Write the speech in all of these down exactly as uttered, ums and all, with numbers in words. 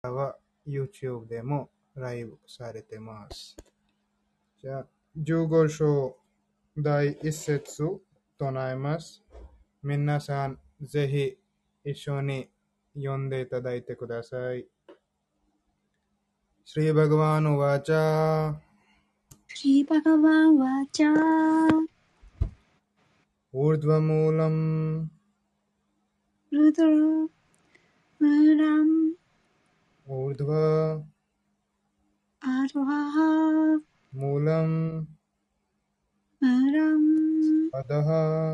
は YouTube でもライブされてます。じゃあ、じゅうご章第一節となります。皆さん、ぜひ一緒に読んでいただいてください。श्री भगवान उवाच श्रीभगवानुवाच ऊर्ध्वमूलम् रुद्रमूलम् ऊर्ध्व अधः मूलम् मूलम् अधः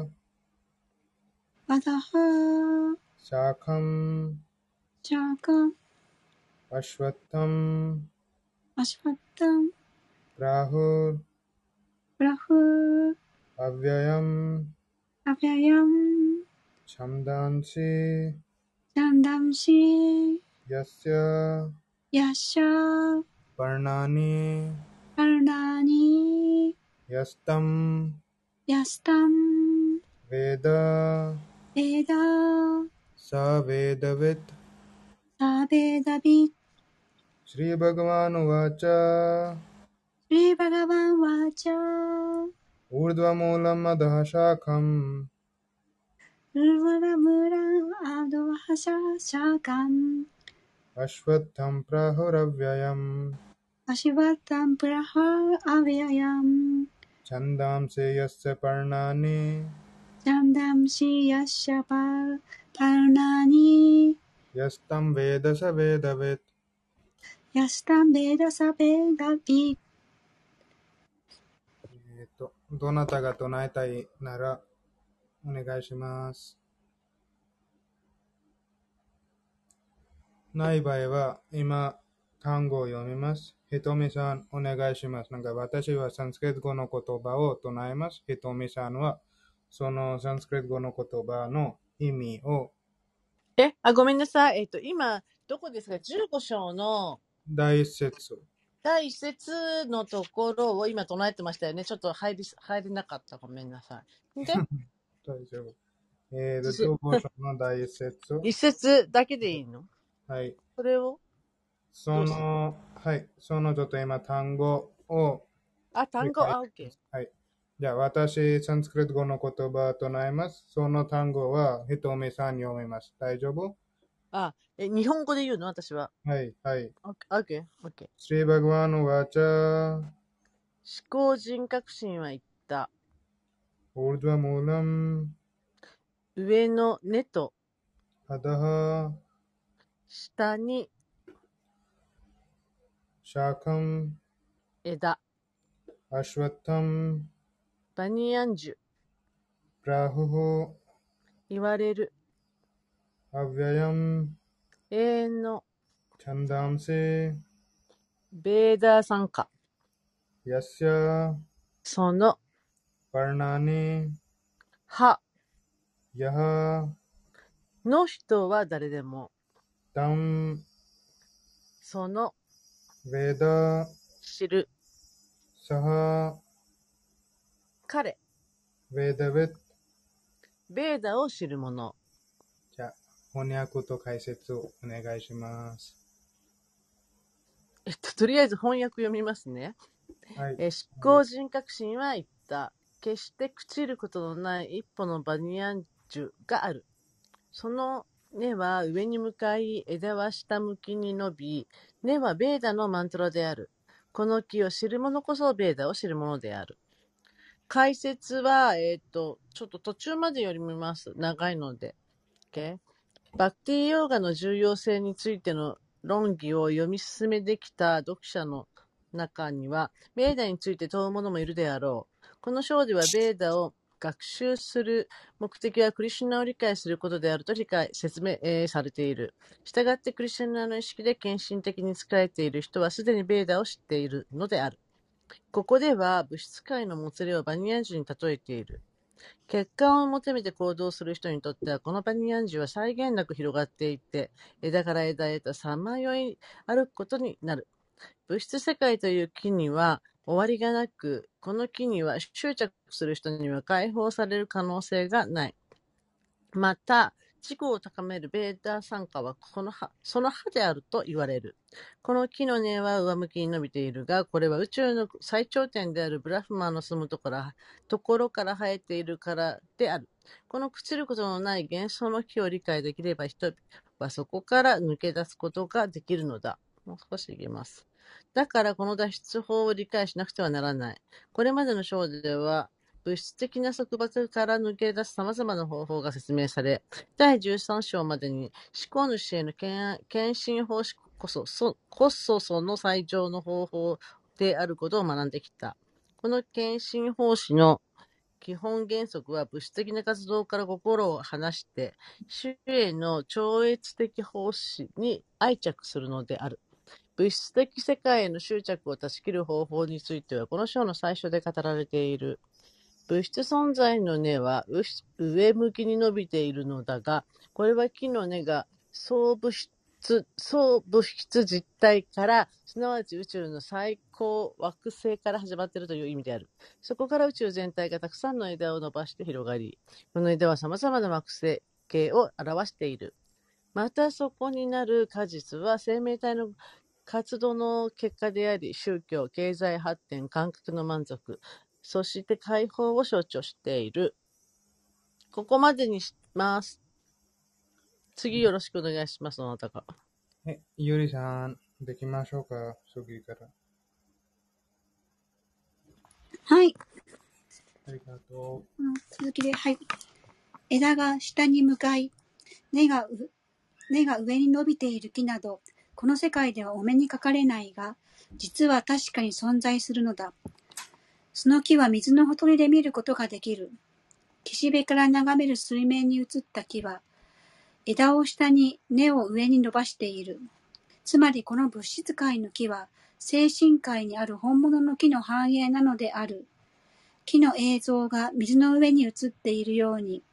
अधः शाखम् शाकम् अश्वत्थम् अश्वत्थम् प्राहुर् प्राहुः अव्ययम् अव्ययम् छन्दांसि छन्दांसि यस्य यस्य पर्णानि पर्णानि यस्तम् यस्तं वेद वेद स वेदवित् स वेदवित्। श्रीभगवानुवाच श्रीभगवानुवाच ऊर्ध्वमूलम् अधः शाखम् ऊर्ध्वमूलम् अधः शाकम् अश्वत्थम् प्राहुरव्ययम् अश्वत्थं प्राहुरव्ययम् छन्दांसि यस्य पर्णानि छन्दांसि यस्य पर्णानि यस्तम् वेद स वेदवित्। यस्तं वेद स वेदवित्। えっと、どなたが唱えたいならお願いします。ない場合は今単語を読みます。ひとみさんお願いします。なんか私はサンスクリット語の言葉を唱えます。ひとみさんはそのサンスクリット語の言葉の意味をえ、あ、ごめんなさい。えっと、今、どこですか？じゅうご章の第一節。 第一節のところを今唱えてましたよね。ちょっと入り、入れなかった。ごめんなさい。で、 大丈夫。えーと、じゅすうご章の第一節。 一節だけでいいの？ はい。 それをそどうする？ の、はい。そのちょっと今単語をあ、単語、あ、OK。 はい。じゃあ、私、サンスクリット語の言葉と唱えます。その単語は、ひとみさんに読みます。大丈夫？ あ、え、日本語で言うの？私は。 はい、はい。 OK、OK。 シリバグワのワチャ、 思考人格心は言った。 ウルドゥアムーラム、 上の根とアダハ、 下にシャカム、 枝。 アシュワタム、 バニヤンジュ。 プラフホ、 言われる。 アヴヤヤム、 永遠のチャンダムセ、 ベーダー参加。 ヤスヤ、 そのパラナニ、 葉ヤハ、 の人は誰でも、 タム、 そのヴェダ、 知る。 サハ、 彼、 ヴェダヴェット。 ベーダを知る者。 じゃあ、翻訳と解説をお願いします。 えっと、とりあえず翻訳読みますね。 はい。 え思考人格心は言った。決して朽ちることのない一歩のバニヤンジュがある。その根は上に向かい、枝は下向きに伸び、根はベーダのマントラである。この木を知る者こそベーダを知る者である。解説は、えっと、ちょっと途中まで読みます。長いので。Okay? バクティヨーガの重要性についての論議を読み進めてきた読者の中には、ベーダについて問う者もいるであろう。この章では、ベーダを学習する目的はクリシュナを理解することであると理解、説明、えーされている。したがって、クリシュナの意識で献身的に仕えている人はすでにベーダを知っているのである。ここでは、物質界のもつれをバニヤンジュに例えている。結果を求めて行動する人にとっては、このバニヤンジュは際限なく広がっていて、枝から枝へとさまよい歩くことになる。物質世界という木には終わりがなく、この木には執着する人には解放される可能性がない。また、 自己を高めるベーダー参加はこの葉その葉であると言われる。この木の根は上向きに伸びているが、これは宇宙の最頂点であるブラフマンの住むところからところから生えているからである。この朽ちることのない幻想の木を理解できれば、人々はそこから抜け出すことができるのだ。もう少しいきます。だからこの脱出法を理解しなくてはならない。これまでの章では、物質的な束縛から抜け出す様々な方法が説明され、だいじゅうさん章までに思考主への献献身方式こそ、そこそその最上の方法であることを学んできた。この献身方式の基本原則は物質的な活動から心を離して、主への超越的奉仕に愛着するのである。物質的世界への執着を断ち切る方法については、この章の最初で語られている。物質存在の根は上向きに伸びているのだが、これは木の根が総物質、総物質実体から、すなわち宇宙の最高惑星から始まっているという意味である。そこから宇宙全体がたくさんの枝を伸ばして広がり、この枝は様々な惑星系を表している。またそこになる果実は生命体の活動の結果であり、宗教、経済発展、感覚の満足、そして解放を象徴している。ここまでにします。次よろしくお願いします。あなたが。 え、ゆりさん、できましょうか次から。 はい。 ありがとうん続きで、はい。枝が下に向かい、根がう根が上に伸びている木など、この世界ではお目にかかれないが、実は確かに存在するのだ。その木は水のほとりで見ることができる。岸辺から眺める水面に映った木は、枝を下に根を上に伸ばしている。つまりこの物質界の木は、精神界にある本物の木の反映なのである。木の映像が水の上に映っているように、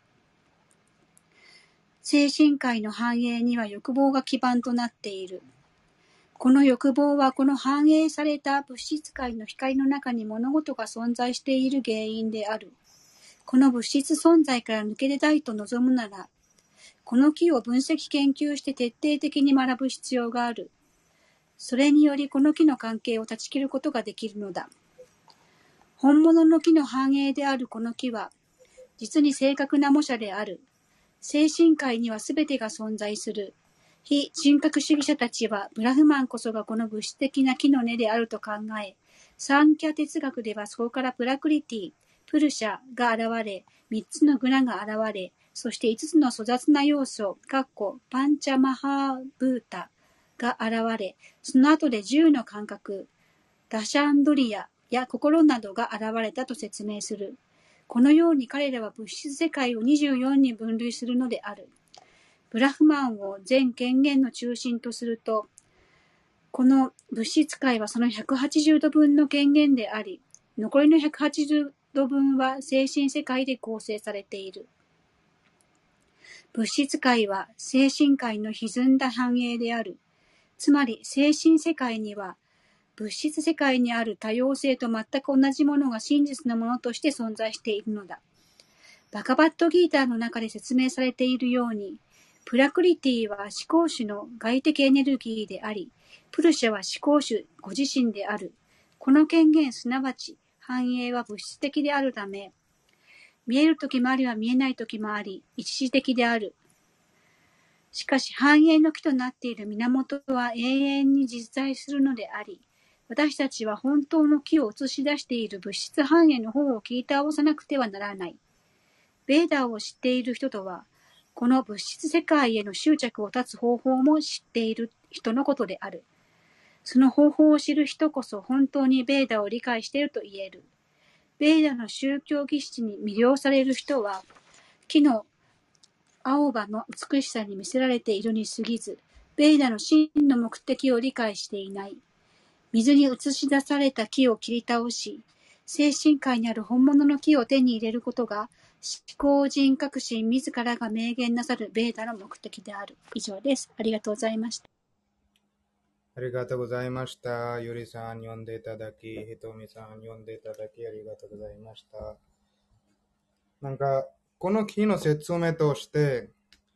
精神界の繁栄には欲望が基盤となっている。この欲望はこの反映された物質界の光の中に物事が存在している原因である。この物質存在から抜け出たいと望むなら、この木を分析研究して徹底的に学ぶ必要がある。それによりこの木の関係を断ち切ることができるのだ。本物の木の繁栄であるこの木は、実に正確な模写である。精神界にはすべてが存在する。非人格主義者たちは、ブラフマンこそがこの物質的な木の根であると考え、サンキャ哲学ではそこからプラクリティ、プルシャが現れ、三つのグナが現れ、そして五つの粗雑な要素、かっこパンチャマハーブータが現れ、その後で十の感覚、ダシャンドリアや心などが現れたと説明する。このように彼らは物質世界をにじゅうよんに分類するのである。ブラフマンを全権限の中心とすると、この物質界はそのひゃくはちじゅうどぶんの権限であり、残りのひゃくはちじゅうどぶんは精神世界で構成されている。物質界は精神界の歪んだ反映である。つまり精神世界には物質世界にある多様性と全く同じものが真実のものとして存在しているのだ。バカバットギーターの中で説明されているように、プラクリティは思考主の外的エネルギーであり、プルシャは思考主ご自身である。この権限すなわち繁栄は物質的であるため、見えるときもありは見えないときもあり、一時的である。しかし繁栄の木となっている源は永遠に実在するのであり、私たちは本当の木を映し出している物質繁栄の方を聞いて合わさなくてはならない。ベーダーを知っている人とは、この物質世界への執着を断つ方法も知っている人のことである。その方法を知る人こそ本当にベーダーを理解していると言える。ベーダーの宗教儀式に魅了される人は、木の青葉の美しさに魅せられているに過ぎず、ベーダーの真の目的を理解していない。水に映し出された木を切り倒し、精神界にある本物の木を手に入れることが、思考人格心自らが明言なさるベーダの目的である。以上です。ありがとうございました。 う。ありがとうございました。ゆりさん読んでいただき、ひとみさん読んでいただきありがとうございました。なんか、この木の説明として、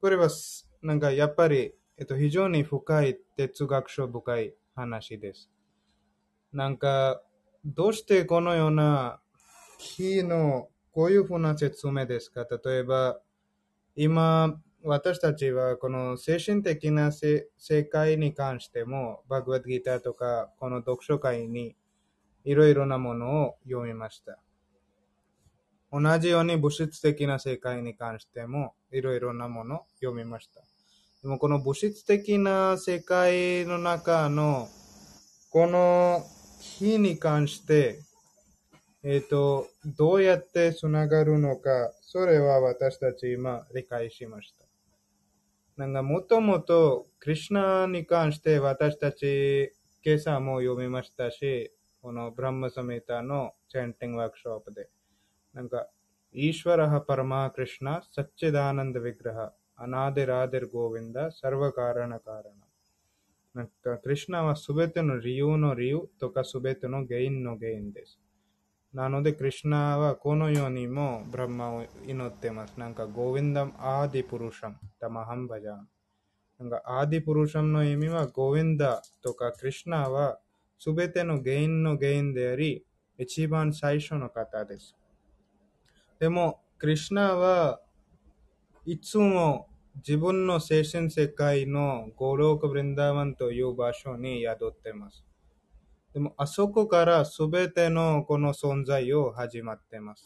これはなんかやっぱり、えっと、非常に深い哲学書深い話です。なんか、どうしてこのような木のこういうふうな説明ですか？例えば、今、私たちはこの精神的な世界に関しても、バグワッドギターとか、この読書会にいろいろなものを読みました。同じように物質的な世界に関してもいろいろなものを読みました。でもこの物質的な世界の中のこの火に関して、えっと、どうやってつながるのか、それは私たち今理解しました。なんかもともとクリシュナに関して私たち今朝も読みましたし、このブランマサメータのチャンティングワークショップで、なんか、イーシュワラハパラマークリシュナ、サッチダーナンダヴィグラハ、アナデラーデルゴーヴィンダ、サルバカーラナカーラナ。なんか、クリシュナはすべての理由の理由とかすべての原因の原因です。なので、クリシュナはこのようにもブランマを祈っています。なんか、ゴーヴィンダムアーディプルシャム、タマハンバジャン。なんか、アーディプルシャムの意味は、ゴーヴィンダとかクリシュナはすべての原因の原因であり、一番最初の方です。でも、クリシュナはいつも自分の精神世界のゴローク・ブリンダーワンという場所に宿っています。でも、あそこからすべてのこの存在を始まっています。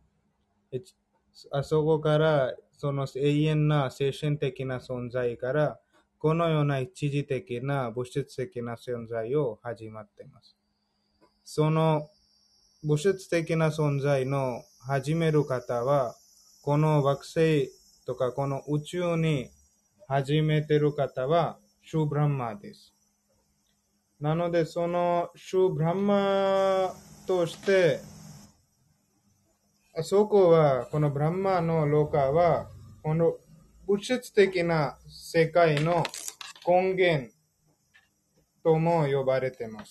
あそこからその永遠な精神的な存在から、このような一時的な物質的な存在を始まっています。その物質的な存在の始める方は、この惑星とかこの宇宙に始めてる方は、シュブランマです。なので、そのシュブランマとして、そこは、このブランマのローカは、この物質的な世界の根源とも呼ばれています。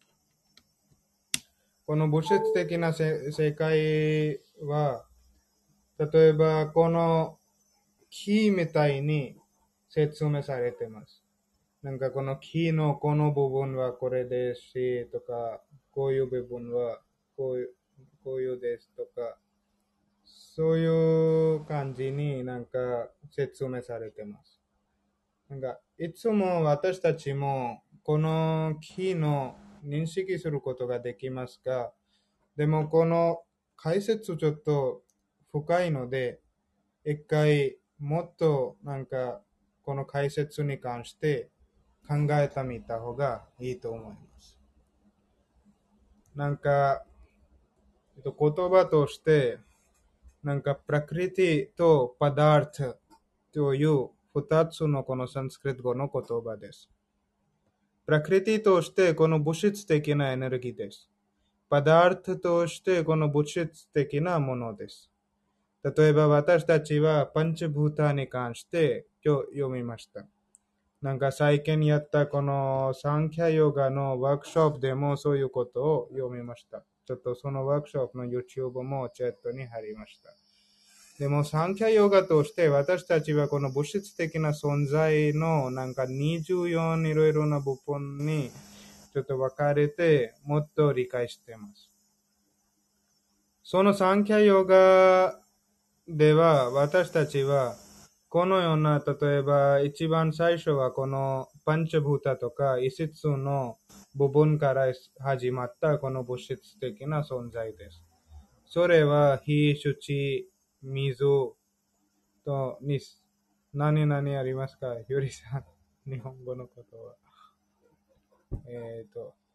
この物質的な世界は、例えば、この木みたいに説明されています。なんかこの木のこの部分はこれですし、とか、こういう部分はこういう、こういうですとか、そういう感じになんか説明されています。なんか、いつも私たちもこの木の認識することができますが、でもこの解説ちょっと深いので、一回もっとなんかこの解説に関して考えてみた方がいいと思います。なんか、えっと、言葉として、なんかプラクリティとパダータという二つのこのサンスクリット語の言葉です。プラクリティとしてこの物質的なエネルギーです。パダータとしてこの物質的なものです。例えば私たちはパンチブータに関して今日読みました。なんか最近やったこのサンキャヨガのワークショップでもそういうことを読みました。ちょっとそのワークショップの YouTube もチャットに貼りました。でもサンキャヨガとして私たちはこの物質的な存在のなんかにじゅうよんいろいろな部分にちょっと分かれてもっと理解しています。そのサンキャヨガでは私たちはこのような、例えば一番最初はこのパンチャブータとか五つの部分から始まったこの物質的な存在です。それは火、土、水とに何々ありますか？よりさん、日本語のことは。えっ、ー、と、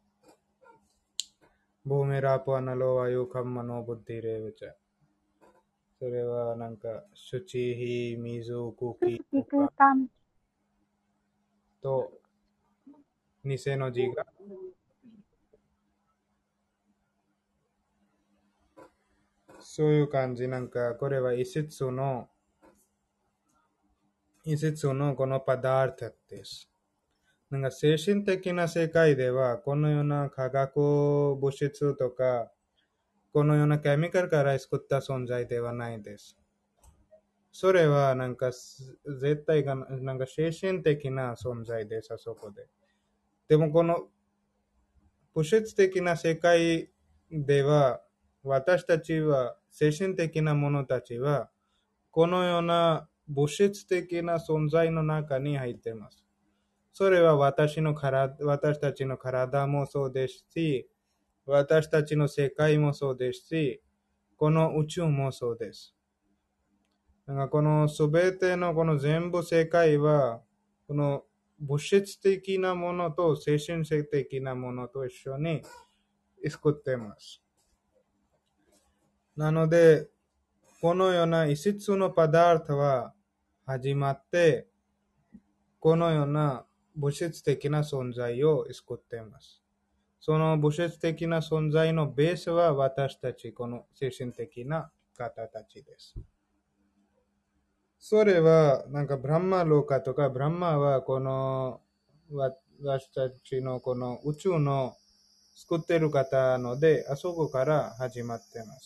ボーメラーポアナロワユカンマノブッディレブチャ。それはなんか、土、火、水、空気とかと、偽の字が、そういう感じ。なんか、これは五つの、五つのこのパダータです。なんか精神的な世界では、このような化学物質とか、このようなケミカルから作った存在ではないです。 それはなんか絶対がなんか精神的な存在です、あそこで。でもこの物質的な世界では、私たちは、精神的な者たちは、このような物質的な存在の中に入っています。それは私の体、私たちの体もそうですし、私たちの世界もそうですし、この宇宙もそうです。なんかこのすべてのこの全部世界は、この物質的なものと精神的なものと一緒に作っています。なので、このような五つのパダータは始まって、このような物質的な存在を作っています。その物質的な存在のベースは私たち、この精神的な方たちです。それは、なんかブランマローカとか、ブランマはこの私たちのこの宇宙の作っている方ので、あそこから始まっています。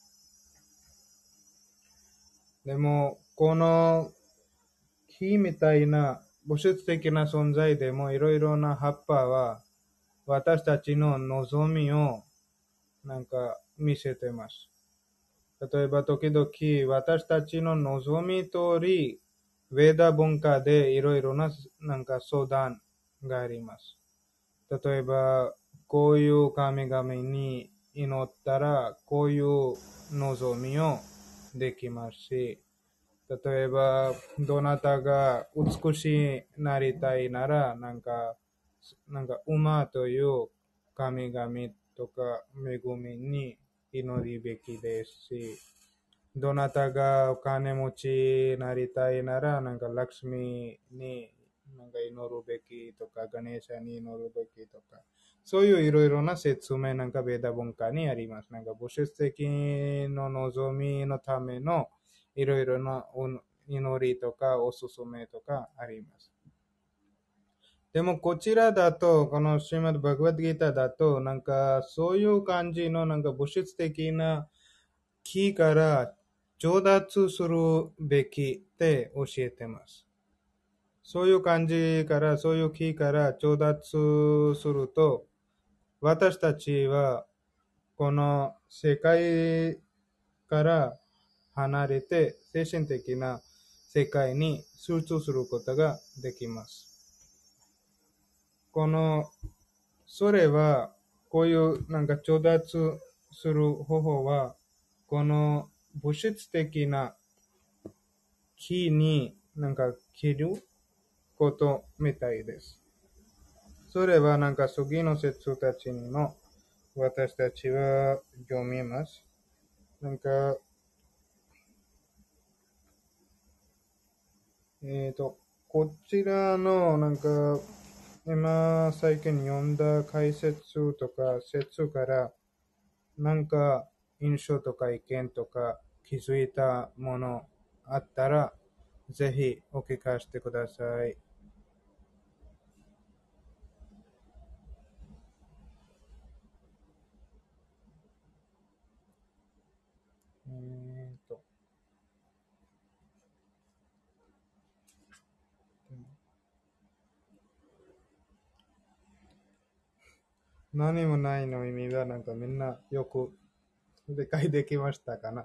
でも、この木みたいな物質的な存在でもいろいろな葉っぱは私たちの望みをなんか見せてます。例えば時々私たちの望み通りヴェーダ文化でいろいろななんか相談があります。例えばこういう神々に祈ったらこういう望みをできますし、例えば、どなたが美しいなりたいなら、なんか、なんか、馬という神々とか恵みに祈るべきですし、どなたがお金持ちになりたいなら、なんか、ラクスミになんか祈るべきとか、ガネーシャに祈るべきとか、そういういろいろな説明なんか、ベーダ文化にあります。なんか、物質的の望みのためのいろいろな祈りとかおすすめとかあります。でもこちらだと、このシーマッド・バグワッドギーターだと、なんかそういう感じのなんか物質的な木から上達するべきって教えてます。そういう感じから、そういう木から上達すると、私たちはこの世界から離れて精神的な世界に集中することができます。この、それは、こういうなんか調達する方法は、この物質的な木になんか切ることみたいです。それはなんか次の説たちの私たちは読みます。なんか、えっと、こちらのなんか、今最近読んだ解説とか説からなんか印象とか意見とか気づいたものあったらぜひお聞かせてください。えーと何もないの意味はなんかみんなよく理解できましたかな。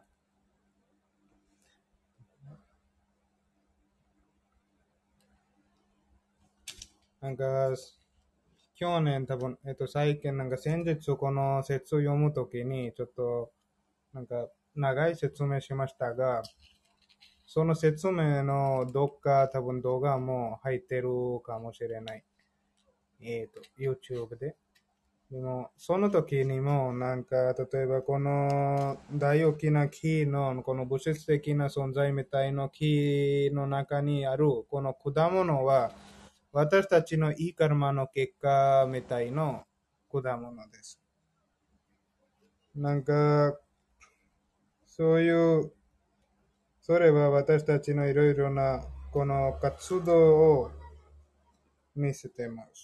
なんか去年多分、えっと、最近なんか先日この説を読むときにちょっとなんか長い説明しましたが、その説明のどっか多分動画も入ってるかもしれない。えっと、YouTube で。でも、その時にも、なんか、例えばこの大大きな木の、この物質的な存在みたいな木の中にある、この果物は、私たちのいいカルマの結果みたいな果物です。なんか、そういう、それは私たちのいろいろな、この活動を見せてます。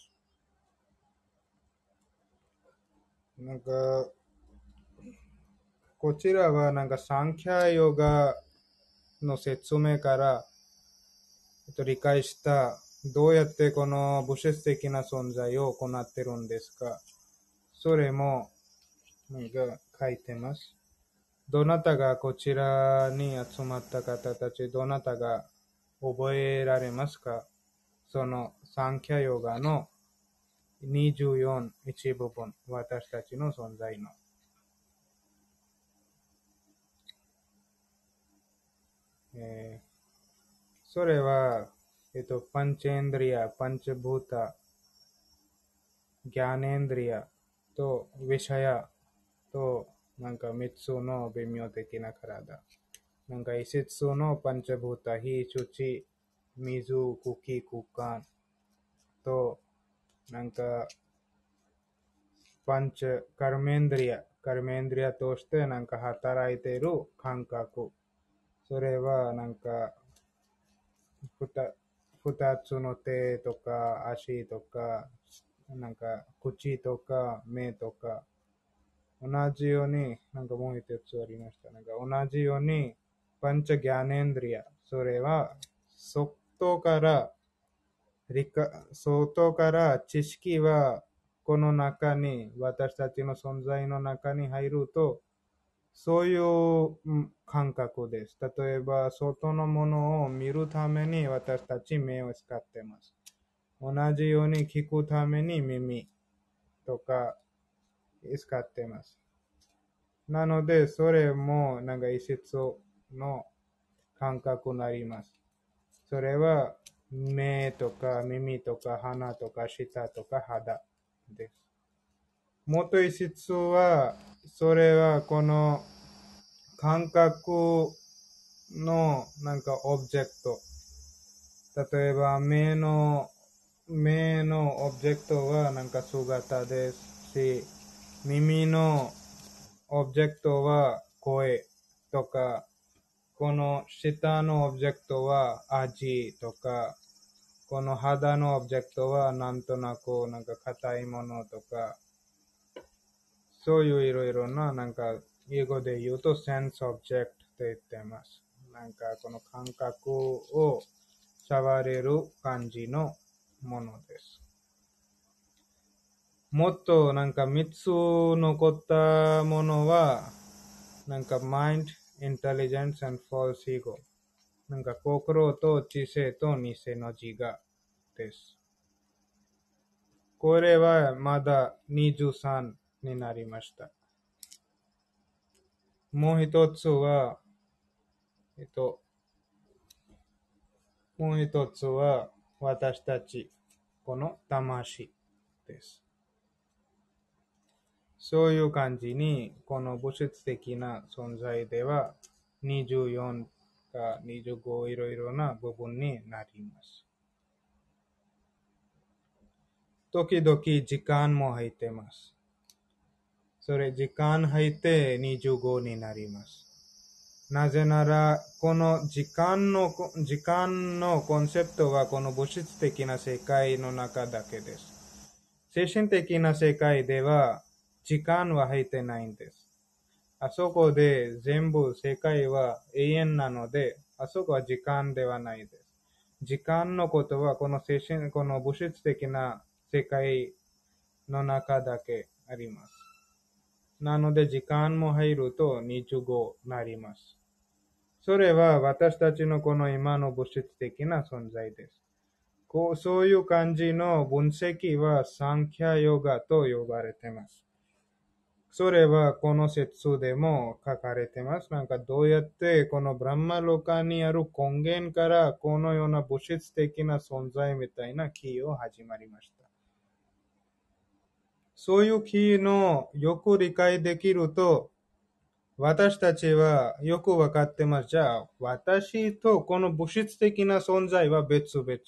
なんか、こちらはなんかサンキャヨガの説明から、えっと、理解した、どうやってこの物質的な存在を行ってるんですか。それも、なんか書いてます。どなたがこちらに集まった方たち、どなたが覚えられますか。そのサンキャヨガのにじゅうよん一部分、私たちの存在の。えー、それは、えっと、パンチェンドリア、パンチブータ、ギャネンドリアとウィシャヤと、なんか三つの微妙的な体。なんか五つのパンチブータ、火、土、水、空気、空間と、なんか、パンチ、カルメンドリア、カルメンドリアとしてなんか働いている感覚。それはなんか、ふた、二つの手とか足とか、なんか口とか目とか、同じように、なんかもう一つありました。なんか同じように、パンチャギャネンドリア。それは、外から、外から知識は、この中に、私たちの存在の中に入ると、そういう感覚です。例えば、外のものを見るために私たち目を使っています。同じように聞くために耳とか使っています。なので、それもなんか一節の感覚になります。それは目とか耳とか鼻とか舌とか肌です。もっと一節は、それはこの感覚のなんかオブジェクト。例えば目の、目のオブジェクトはなんか姿ですし、耳のオブジェクトは声とか、この舌のオブジェクトは味とか、この肌のオブジェクトはなんとなくなんか硬いものとか、そういういろいろななんか英語で言うとセンスオブジェクトと言っています。なんかこの感覚を触れる感じのものです。もっとなんか三つ残ったものは、なんか mind, intelligence and false ego。なんか心と知性と偽の自我です。これはまだにじゅうさんになりました。もう一つは、えっと、もう一つは私たち、この魂です。そういう感じに、この物質的な存在では、にじゅうよんかにじゅうごいろいろな部分になります。時々時間も入っています。それ時間入ってにじゅうごになります。なぜなら、この時間の、時間のコンセプトはこの物質的な世界の中だけです。精神的な世界では時間は入ってないんです。あそこで全部世界は永遠なので、あそこは時間ではないです。時間のことはこの精神、この物質的な世界の中だけあります。なので時間も入るとにじゅうごになります。それは私たちのこの今の物質的な存在です。こうそういう感じの分析はサンキャヨガと呼ばれています。それはこの説でも書かれています。なんかどうやってこのブランマロカにある根源からこのような物質的な存在みたいなキーを始まりました。そういうキーのよく理解できると、私たちはよくわかってます。じゃあ、私とこの物質的な存在は別々です。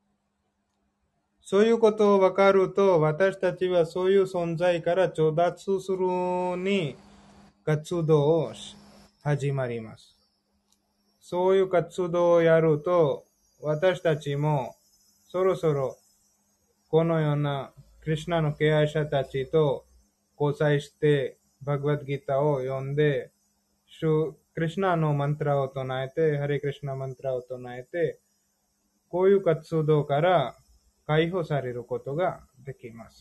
そういうことをわかると、私たちはそういう存在から調達するに活動を始まります。そういう活動をやると、私たちもそろそろこのようなクリシュナの敬愛者たちと交際してバグワッドギターを読んで、主クリシュナのマントラを唱えて、ハレクリシュナマントラを唱えて、こういう活動から解放されることができます。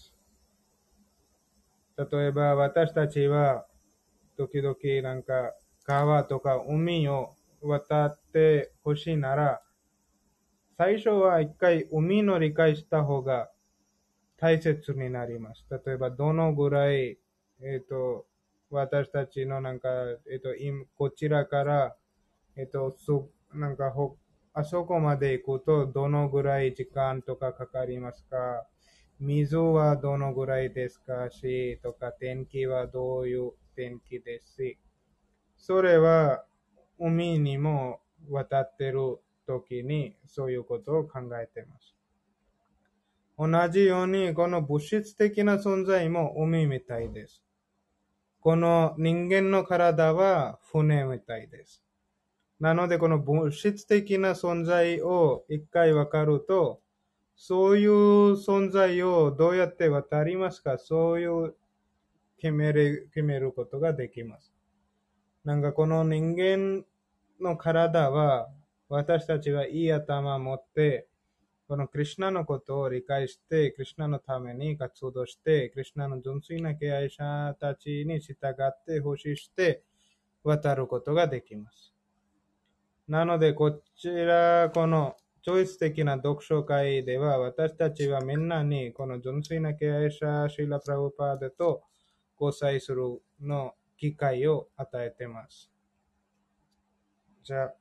例えば私たちは時々なんか川とか海を渡ってほしいなら、最初は一回海の理解した方が大切になります。例えばどのぐらい、えっと、私たちのなんか、えっと、こちらから、えっと、そなんかほ、あそこまで行くとどのぐらい時間とかかかりますか、水はどのぐらいですかし、とか天気はどういう天気ですし、それは海にも渡ってる時にそういうことを考えています。同じようにこの物質的な存在も海みたいです。この人間の体は船みたいです。なのでこの物質的な存在を一回わかると、そういう存在をどうやって渡りますか、そういう決める、決めることができます。なんかこの人間の体は、私たちはいい頭を持って、このクリシュナのことを理解して、クリシュナのために活動して、クリシュナの純粋な敬愛者たちに従って奉仕して、渡ることができます。なので、こちら、このチョイス的な読書会では、私たちはみんなにこの純粋な敬愛者シーラ・プラブパーダと交際するの機会を与えています。じゃあ、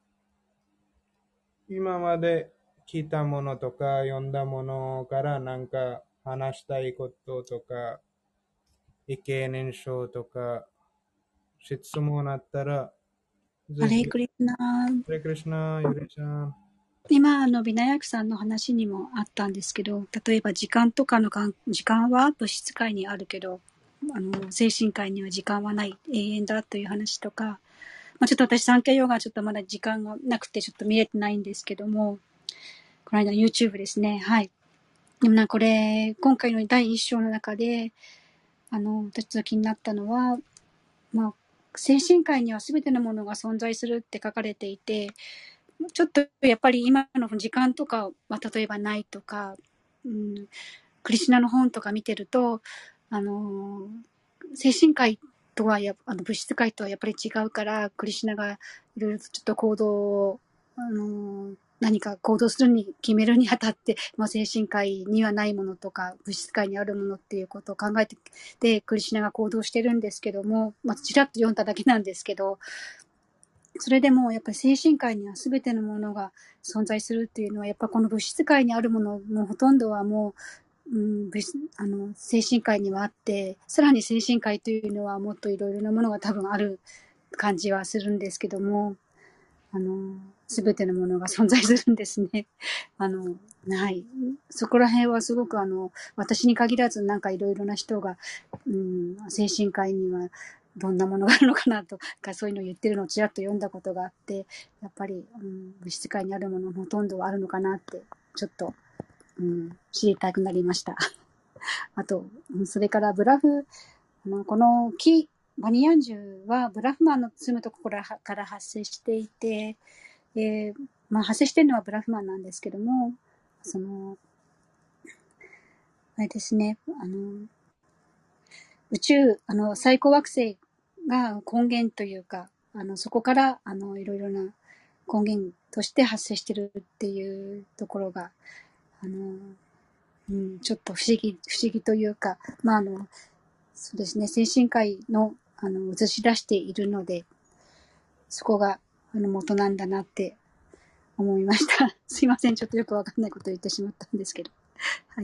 今まで聞いたものとか読んだものからなんか話したいこととか、意見念書とか、質問あったら、 ハレぜひ、 ークリシュナ。 ハレクリシュナ、ゆりちゃん。 今、あの、ビナヤクさんの話にもあったんですけど、例えば時間とかのがん、時間は物質界にあるけど、あの、精神界には時間はない、永遠だという話とか、まあ、ちょっと私、サンケイヨガはちょっとまだ時間がなくてちょっと見れてないんですけども、この間の YouTube ですね。はい。でもな、これ、今回のだい一章の中で、あの、私ちょっと気になったのは、まあ、精神界には全てのものが存在するって書かれていて、ちょっとやっぱり今の時間とかは例えばないとか、うん、クリシュナの本とか見てると、あの、精神界とはや、あの物質界とはやっぱり違うから、クリシュナがいろいろとちょっと行動を、あの、何か行動するに決めるにあたって、まあ、精神界にはないものとか物質界にあるものっていうことを考えてでクリシュナが行動してるんですけども、まあ、ちらっと読んだだけなんですけど、それでもやっぱり精神界には全てのものが存在するっていうのは、やっぱこの物質界にあるもののほとんどはもう、うん、あの精神界にはあって、さらに精神界というのはもっといろいろなものが多分ある感じはするんですけども、あの全てのものが存在するんですね。あのはい、そこら辺はすごくあの私に限らずなんかいろいろな人が、うん、精神界にはどんなものがあるのかなとか、そういうのを言ってるのをちらっと読んだことがあって、やっぱり、うん、物質界にあるもののほとんどはあるのかなってちょっと、うん、知りたくなりました。あと、それからブラフ、あのこの木バニヤンジュはブラフマンの住むところから発生していて、えーまあ、発生しているのはブラフマンなんですけども、そのあれですね、あの宇宙、あの最高惑星が根源というか、あのそこからあのいろいろな根源として発生しているっていうところが、あの、うん、ちょっと不思議不思議というか、まああのそうですね、精神科医のあの映し出しているので、そこがあの元なんだなって思いました。すいません、ちょっとよくわかんないことを言ってしまったんですけど。はい。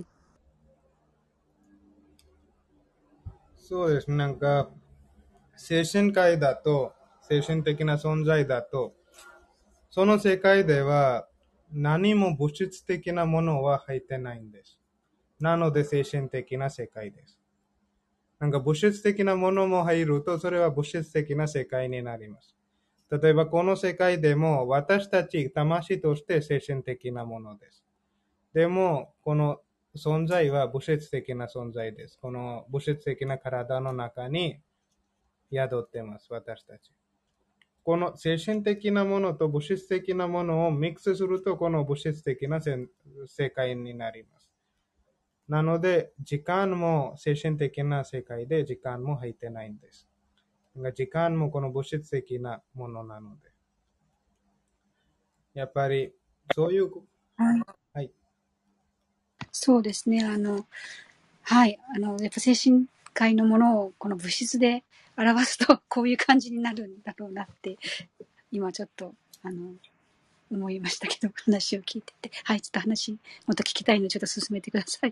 そうですね、なんか、精神界だと、精神的な存在だと、その世界では何も物質的なものは入ってないんです。なので精神的な世界です。なんか物質的なものも入ると、それは物質的な世界になります。例えばこの世界でも私たち魂として精神的なものです。でも、この存在は物質的な存在です。この物質的な体の中に宿ってます、私たち。 この精神的なものと物質的なものをミックスすると、この物質的な世界になります。なので、時間も精神的な世界で時間も入ってないんです。時間もこの物質的なものなので。やっぱり、そういう、 はい。 はい。 そうですね。あの、はい。あの、やっぱ精神界のものをこの物質で表すと、こういう感じになるんだろうなって、今ちょっと、あの、思いましたけど、話を聞いてて。はい。ちょっと話、もっと聞きたいので、ちょっと進めてください。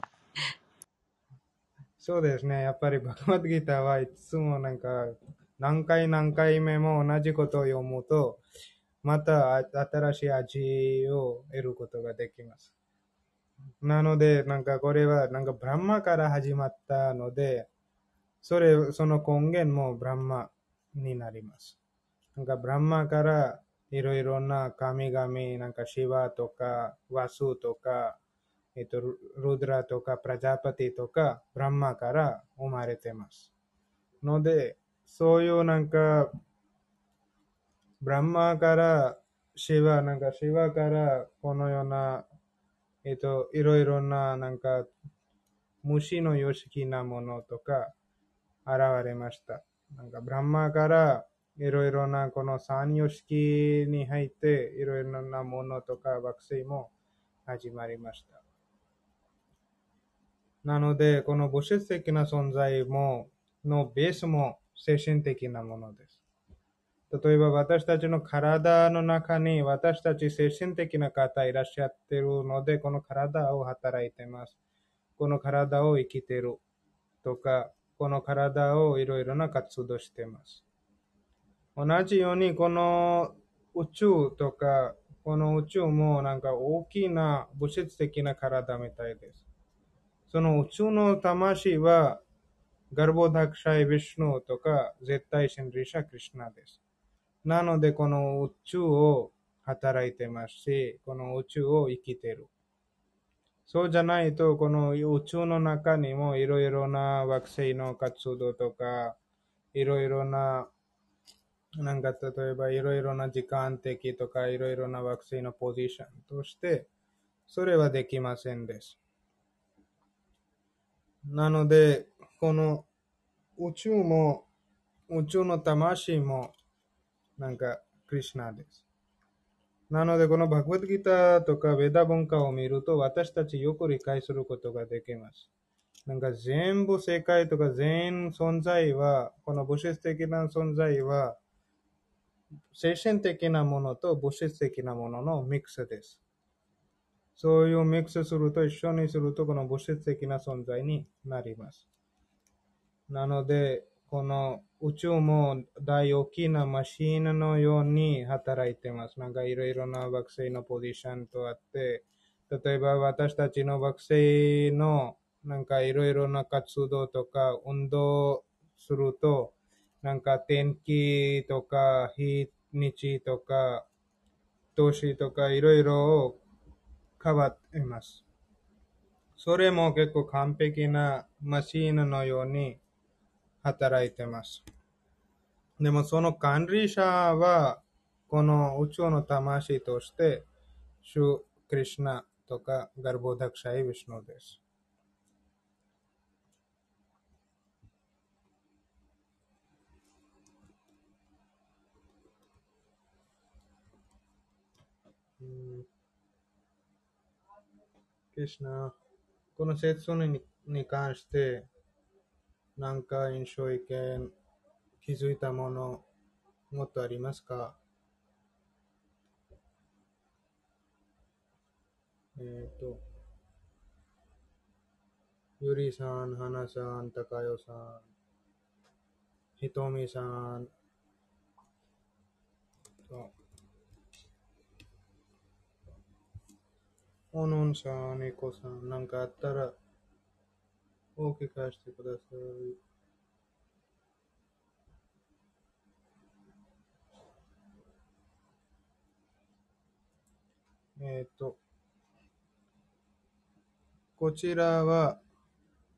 そうですね。やっぱりバガバッドギーターはいつもなんか、何回何回目も同じことを読むと、また新しい味を得ることができます。なので、なんかこれはなんかブランマから始まったので、それ、その根源もブランマになります。なんかブランマからいろいろな神々、なんかシワとかワスとか、えっと、ルドラとかプラジャパティとかブランマから生まれてます。ので、そういうなんか、ブランマからシワ、なんかシワからこのような、えっと、いろいろななんか虫の様式なものとか現れました。なんかブランマからいろいろなこの三様式に入っていろいろなものとか惑星も始まりました。なので、この物質的な存在も、のベースも精神的なものです。例えば私たちの体の中に私たち精神的な方いらっしゃっているので、この体を働いています。この体を生きているとか、この体をいろいろな活動しています。同じように、この宇宙とか、この宇宙もなんか大きな物質的な体みたいです。その宇宙の魂は、ガルボダクシャイ・ヴィシュヌとか、絶対神リシャ・クリシュナです。なので、この宇宙を働いてますし、この宇宙を生きている。そうじゃないと、この宇宙の中にもいろいろな惑星の活動とか、いろいろな、なんか例えばいろいろな時間的とか、いろいろな惑星のポジションとして、それはできませんです。なので、この宇宙も、宇宙の魂も、なんか、クリシュナです。なので、このバグワッドギターとかベダ文化を見ると、私たちよく理解することができます。なんか全部世界とか全存在は、この物質的な存在は、精神的なものと物質的なもののミックスです。そういうミックスすると、一緒にすると、この物質的な存在になります。なので、この宇宙も大大きなマシンのように働いています。なんかいろいろな惑星のポジションとあって、例えば私たちの惑星のなんかいろいろな活動とか運動すると、なんか天気とか日にちとか年とかいろいろ変わっています。それも結構完璧なマシンのように働いています。でもその管理者は、この宇宙の魂として、シュ・クリシュナとかガルボダクシャイ・ヴィシュヌです。うん、クリシュナ、この説にに関して、何か印象意見、気づいたもの、もっとありますか？えっと、ゆりさん、はなさん、たかよさん、ひとみさん、おのんさん、にこさん、なんかあったらお聞かせてください。えっと、こちらは、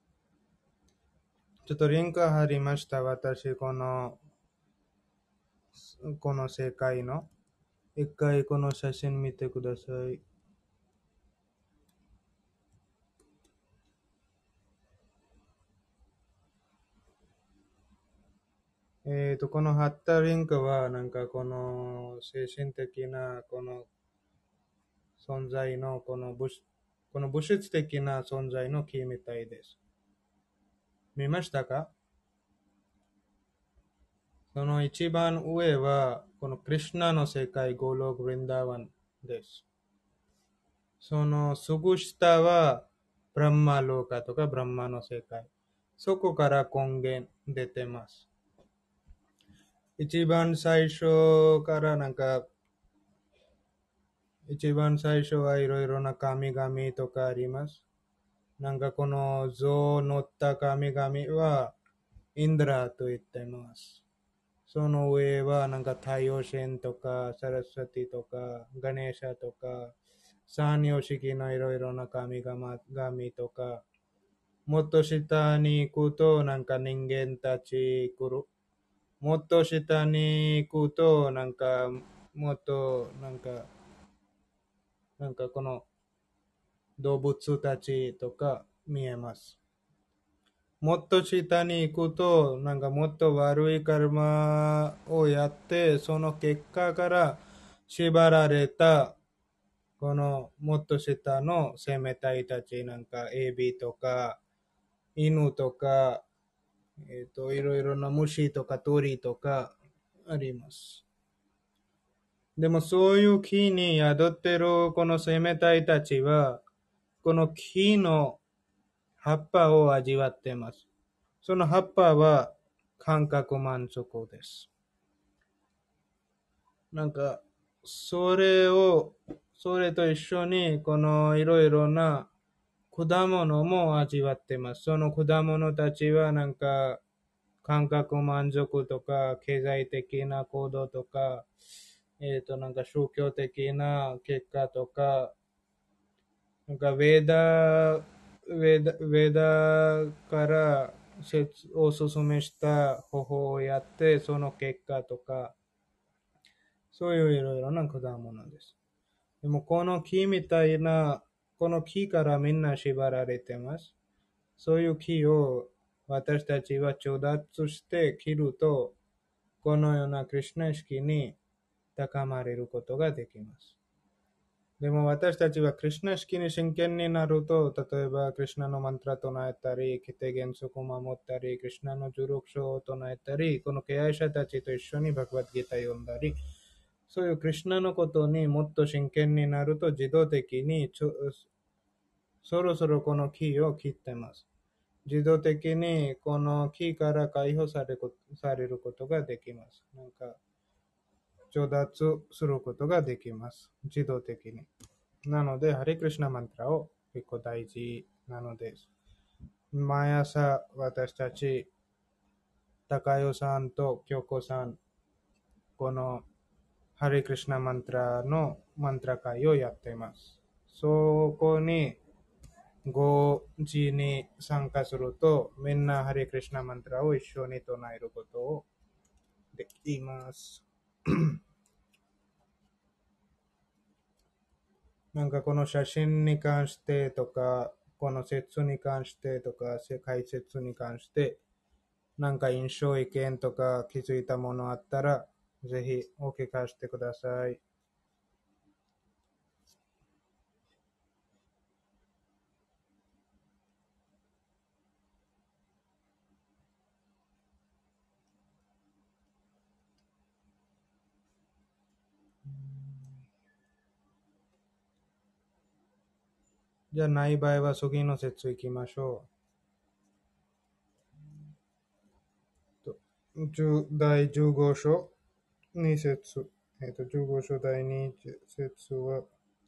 ちょっとリンク貼りました。私、このこの世界の。一回この写真見てください。えーと、この貼ったリンクは、なんかこの精神的なこの存在の、この物この物質的な存在の木みたいです。見ましたか？その一番上は、このクリシュナの世界、ゴローク・ヴリンダーワンです。そのすぐ下は、ブランマローカとかブランマの世界。そこから根源出てます。一番最初からなんか、一番最初はいろいろな神々とかあります。なんかこの象乗った神々はインドラと言ってます。その上はなんか太陽神とかサラスワティとかガネーシャとか三様式のいろいろな神々とか、もっと下に行くとなんか人間たち来る。もっと下に行くとなんかもっとなんかなんかこの動物たちとか見えます。もっと下に行くと、なんかもっと悪いカルマをやって、その結果から縛られた、このもっと下の生命体たち、なんかエビとか、犬とか、えっと、いろいろな虫とか鳥とかあります。でもそういう木に宿ってるこの生命体たちは、この木の葉っぱを味わっています。その葉っぱは感覚満足です。なんか、それを、それと一緒に、このいろいろな果物も味わっています。その果物たちはなんか、感覚満足とか、経済的な行動とか、えっと、なんか宗教的な結果とか、なんか、ウェダ、ウェダ、ウェダからおすすめした方法をやって、その結果とか、そういういろいろな果物です。でも、この木みたいな、この木からみんな縛られてます。そういう木を私たちは調達して切ると、このようなクリシュナ意識に高まれることができます。でも私たちはクリシュナ意識に真剣になると、例えばクリシュナのマントラ唱えたり、規定原則を守ったり、クリシュナのじゅうろく章を唱えたり、この敬愛者たちと一緒にバグワッドギータ読んだり、そういうクリシュナのことにもっと真剣になると自動的にそろそろこの木を切ってます。自動的にこの木から解放されることができます。なんか調達することができます。自動的に。なので、ハリクリシュナマントラを結構大事なのです。毎朝私たち、高代さんと京子さん、このハリクリシュナマントラのマントラ会をやっています。そこにごじに参加すると、みんなハリクリシュナマントラを一緒に唱えることをできます。なんかこの写真に関してとか、この説に関してとか、解説に関して、なんか印象意見とか気づいたものあったら、ぜひお聞かせてください。じゃあない場合は次の説行きましょう。だいじゅうご章に節。えっと、じゅうご章だいに節は、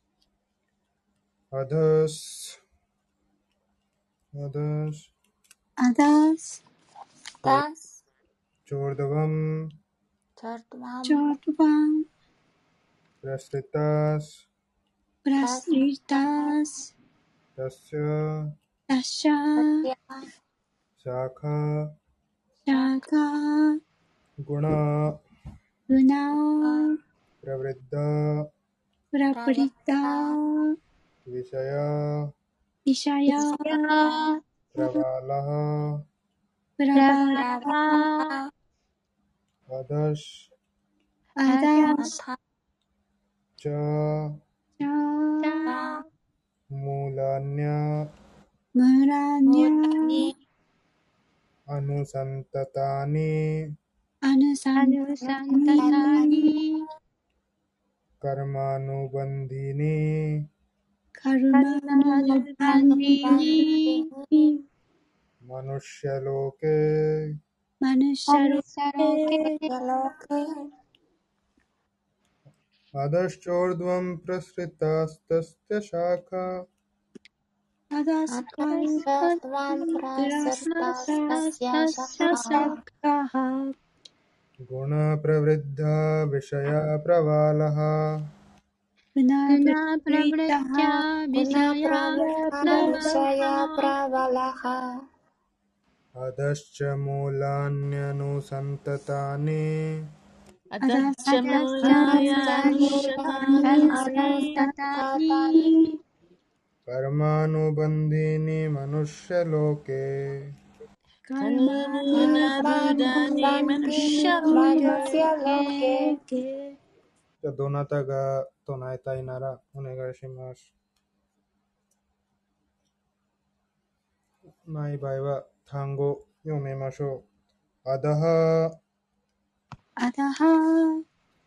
アダス、アダス、 アダス、 दस チョルダワム、 चर्तवाम チョートバン、 プラスレタス、 プラスリタス、 ダッシャ、 ラッシャー、 सत्या シャーカ、 シャーカー、 グナ、 うな、 プラブレッダ、 プラプリタ、 ヴィシャヤ、 ビシャヤ、 やプラバーラハ、 プラバらラ、 ばアダシ、 アダシ、 たチャ、 チャ、 たムーラニャ、 ムラもニにャ、 アヌサンタタニ、 アヌサンアヌサンタタニ、 カルマヌバンディニ、 カルカマルナヌヌバンディニ、 マヌシャロケ、 マヌシマャロヌシャロケ、 やろけアダシチョルドワンプラスリタスタステシャーカ、 アダスあカルスたすワンプラプラススタタスタサスヤシャサシャカカハ、 グナプラブレッダ、ヴィシャヤプラバーラハ、 ウナグブナプラブレッリタチハ、 ャー、 グビシャヤナプラブプラバラビシャヤプハ、 ラバラハアダシチャムーラニャヌサンタタニ、 アアダスダッチャムアダーチャムラアダヤヌムシャラタアヌアサダンタニ、 タタタニ、 ニカルマヌバンディニ、マヌシャロケ、 カカヌルマヌナブダニマヌシャロマケ。 ヌシャロケケ、 じゃあどなたが唱えたいならお願いします。ない場合は単語読みましょう。アダハ、 アダハ、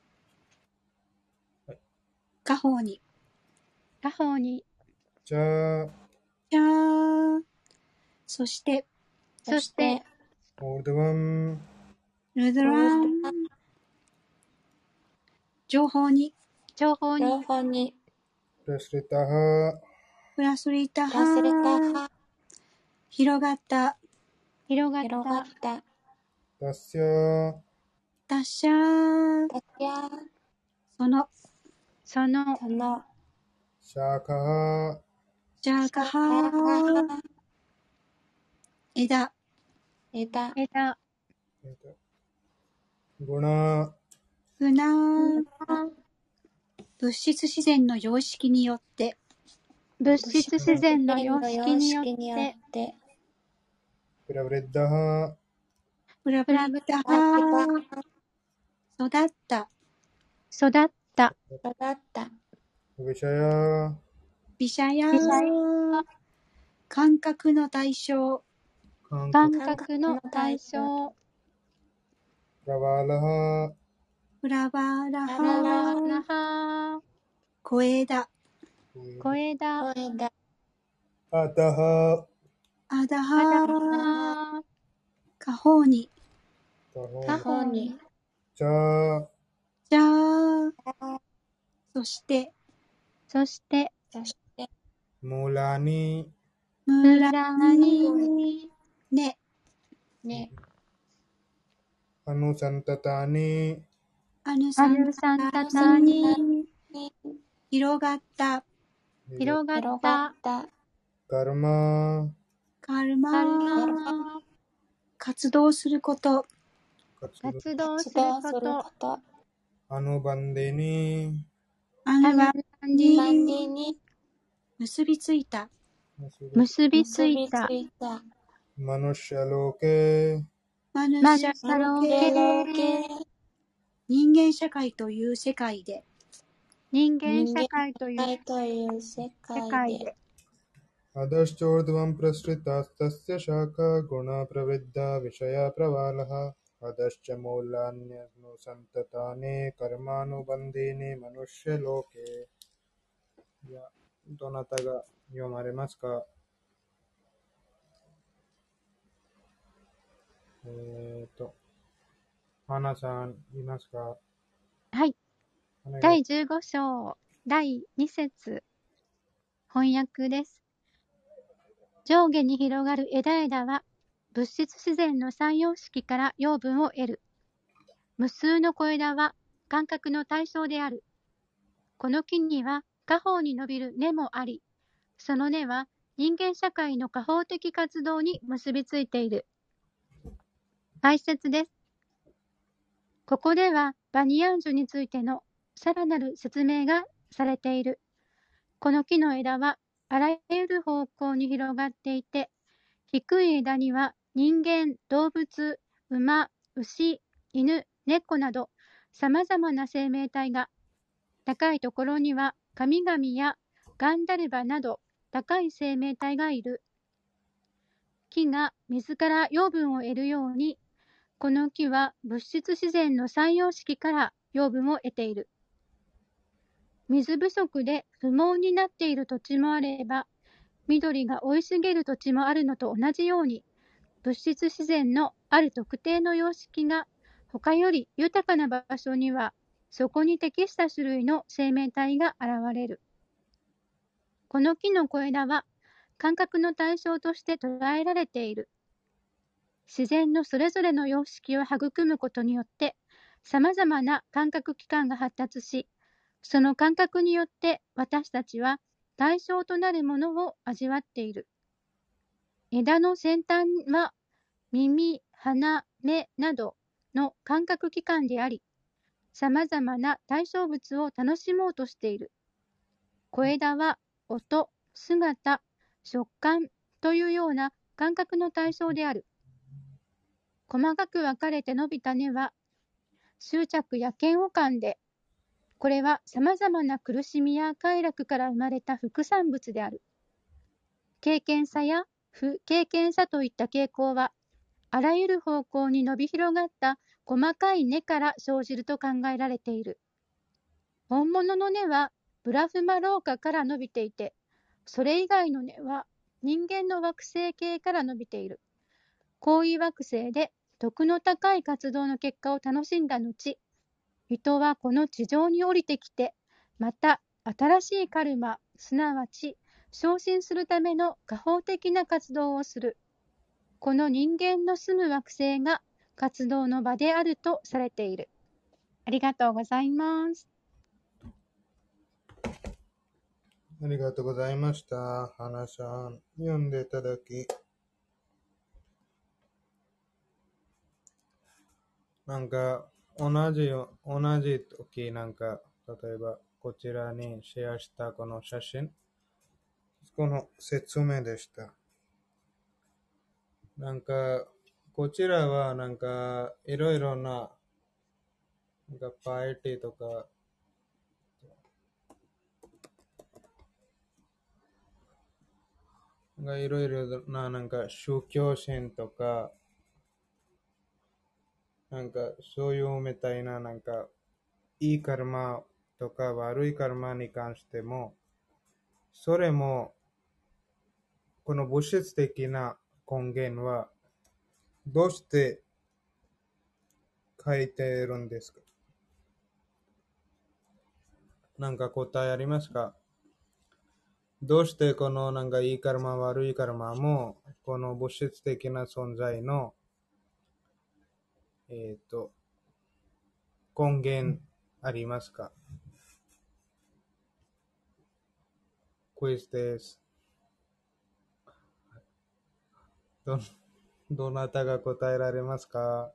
カホニ、 カホに、 チャ、 チャー、そして、 そして、 オードワン、 ルドラン、情報に、 情報情に、 報にプラスリタハ、 プラスリタプラスレタハ、 ハ広がった、 広がっ、 広がったたタッシャ、 達者、 たやその、 その、 そのシャーカハ、 ジャーカハ、枝、 枝枝、 グナ、 グナー、物質自然の様式によって、 物質自然の様式によっ、 様式によっててプラブレッダハ、 プラプラブタハ、育った、 育った、 育ったヴィシャヤ、 ビシャヤビシャー、感覚の対象、 感感覚、 覚の対象、 プラバーラハ、 プラバーラプラバハ、 ラハ、 小枝、 小枝、 声だアダハ、 アダアダハ、 ハ、 カホニ、 カホカン、 ホに、 チャ、 じゃー、そして、 そして、 そしてムーラニ、 ムラ村に、 ね、 ねアヌサンタタニ、 アアヌサンヌサンタタに、 広がった、 広がっ広がた、 ったカルマ、 カルマカルー、 マ、 活動すること、 活動す活る動すること、 ことアヌバンディニ、 アヌバアヌバンデバンィにディに結びついた、 結びつ結びついた、 いたマヌシャロケ、 マヌシャマヌシャロロケ、 ケ、人間社会という世界で、 人間社会という愛という世世界で界で、 アダシチョルドワンプラスリタスタスヤシャカ、グナプラヴィッダ、ヴィシャヤプラバーラハ、アダシチャモーラニャヌサンタタニ、カルマヌバンディニ、マヌシャロケ。じゃあ、どなたが読まれますか？えっと、花さん、いますか？ はい。 お願い。 だいじゅうご章、だいに節、翻訳です。上下に広がる枝々は、物質自然の三様式から養分を得る。無数の小枝は感覚の対象である。この木には下方に伸びる根もあり、その根は人間社会の下方的活動に結びついている。解説です。ここではバニヤン樹についてのさらなる説明がされている。この木の枝はあらゆる方向に広がっていて、低い枝には人間、動物、馬、牛、犬、猫など様々な生命体が、高いところには神々やガンダルバなど高い生命体がいる。木が水から養分を得るように、この木は物質自然の三様式から養分を得ている。水不足で不毛になっている土地もあれば、緑が生い茂る土地もあるのと同じように、物質自然のある特定の様式が他より豊かな場所には、そこに適した種類の生命体が現れる。この木の小枝は感覚の対象として捉えられている。自然のそれぞれの様式を育むことによって、様々な感覚器官が発達し、その感覚によって私たちは対象となるものを味わっている。枝の先端は耳、鼻、目などの感覚器官であり、様々な対象物を楽しもうとしている。小枝は音、姿、食感というような感覚の対象である。細かく分かれて伸びた根は執着や嫌悪感で、これは様々な苦しみや快楽から生まれた副産物である。経験さや不経験さといった傾向は、あらゆる方向に伸び広がった細かい根から生じると考えられている。本物の根はブラフマローカから伸びていて、それ以外の根は人間の惑星系から伸びている。高位惑星で徳の高い活動の結果を楽しんだ後、人はこの地上に降りてきて、また新しいカルマ、すなわち昇進するための果報的な活動をする。この人間の住む惑星が活動の場であるとされている。ありがとうございます。 ありがとうございました。花さん、読んでいただき。なんか、同じ、同じ時、なんか、例えば、こちらにシェアしたこの写真、この説明でした。なんか、こちらは、なんか、いろいろな、なんか、パーティーとか、いろいろな、なんか、宗教心とか、なんか、そういうみたいな、なんか、いいカルマとか悪いカルマに関しても、それも、この物質的な根源は、どうして書いているんですか？なんか答えありますか？どうしてこのなんかいいカルマ悪いカルマも、この物質的な存在の、えっと、根源ありますか？クイズです。ど、どなたが答えられますか？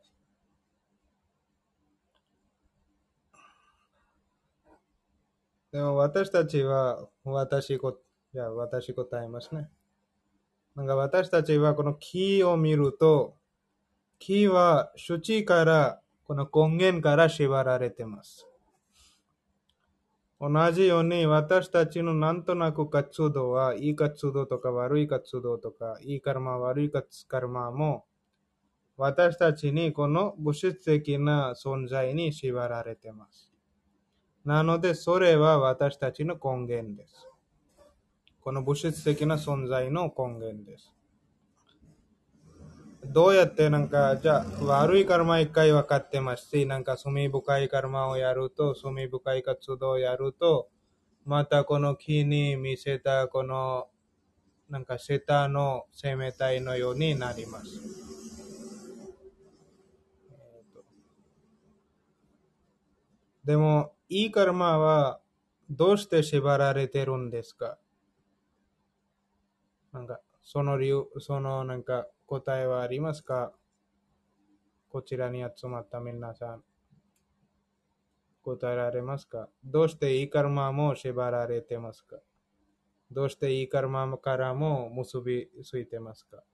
でも私たちは、私こ、じゃあ私答えますね。なんか私たちはこの木を見ると、木は主治から、この根源から縛られています。同じように私たちのなんとなく活動は、いい活動とか悪い活動とか、いいカルマ悪いカルマも、私たちにこの物質的な存在に縛られています。なので、それは私たちの根源です。この物質的な存在の根源です。どうやってなんか、じゃあ、悪いカルマ一回分かってますし、なんか罪深いカルマをやると、罪深い活動をやると、またこの木に見せたこの、なんかセタの生命体のようになります。でも、いいカルマはどうして縛られてるんですか？なんか、その理由、そのなんか答えはありますか？こちらに集まった皆さん。 答えられますか？どうしていいカルマも縛られてますか？どうしていいカルマからも結びついてますか？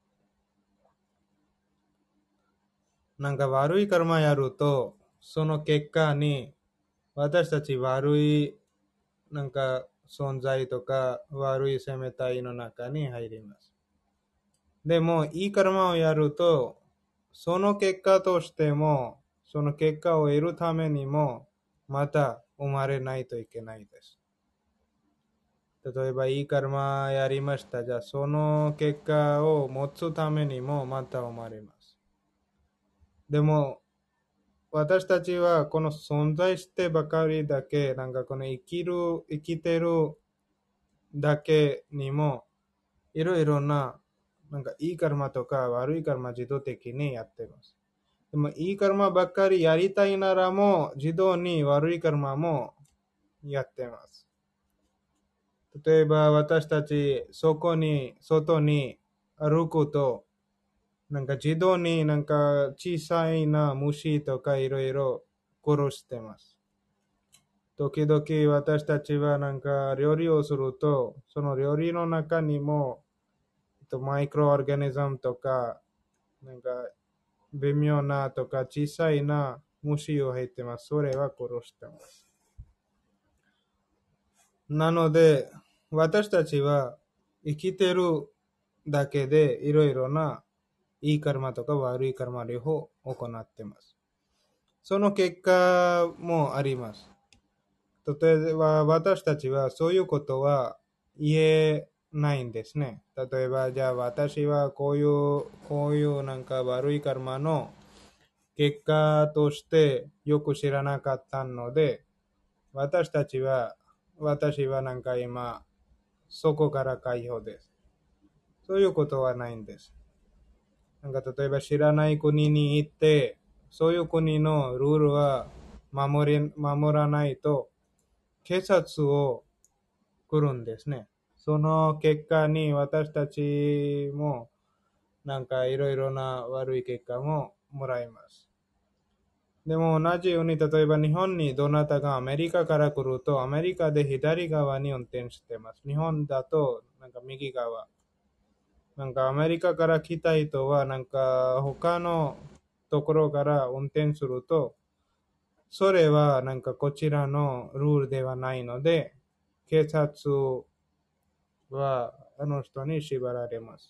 なんか悪いカルマやると、その結果に私たち悪いなんか存在とか悪い生命体の中に入ります。でもいいカルマをやると、その結果としても、その結果を得るためにもまた生まれないといけないです。例えばいいカルマやりました。じゃあその結果を持つためにもまた生まれます。でも私たちはこの存在してばかりだけ、なんかこの生きる、生きてるだけにもいろいろななんかいいカルマとか悪いカルマ自動的にやっています。でもいいカルマばっかりやりたいならも自動に悪いカルマもやっています。例えば私たちそこに外に歩くとなんか自動になんか小さいな虫とかいろいろ殺してます。時々私たちはなんか料理をするとその料理の中にもマイクロオーガニズムとかなんか微妙なとか小さいな虫を入ってます。それは殺してます。なので私たちは生きてるだけでいろいろないいカルマとか悪いカルマ両方行っています。その結果もあります。例えば私たちはそういうことは言えないんですね。例えばじゃあ私はこういうこういうなんか悪いカルマの結果としてよく知らなかったので、私たちは私はなんか今そこから解放です。そういうことはないんです。なんか例えば知らない国に行ってそういう国のルールは守り守らないと警察を来るんですね。その結果に私たちもなんかいろいろな悪い結果ももらいます。でも同じように例えば日本にどなたがアメリカから来るとアメリカで左側に運転してます。日本だとなんか右側。なんかアメリカから来た人はなんか他のところから運転するとそれはなんかこちらのルールではないので警察はあの人に縛られます。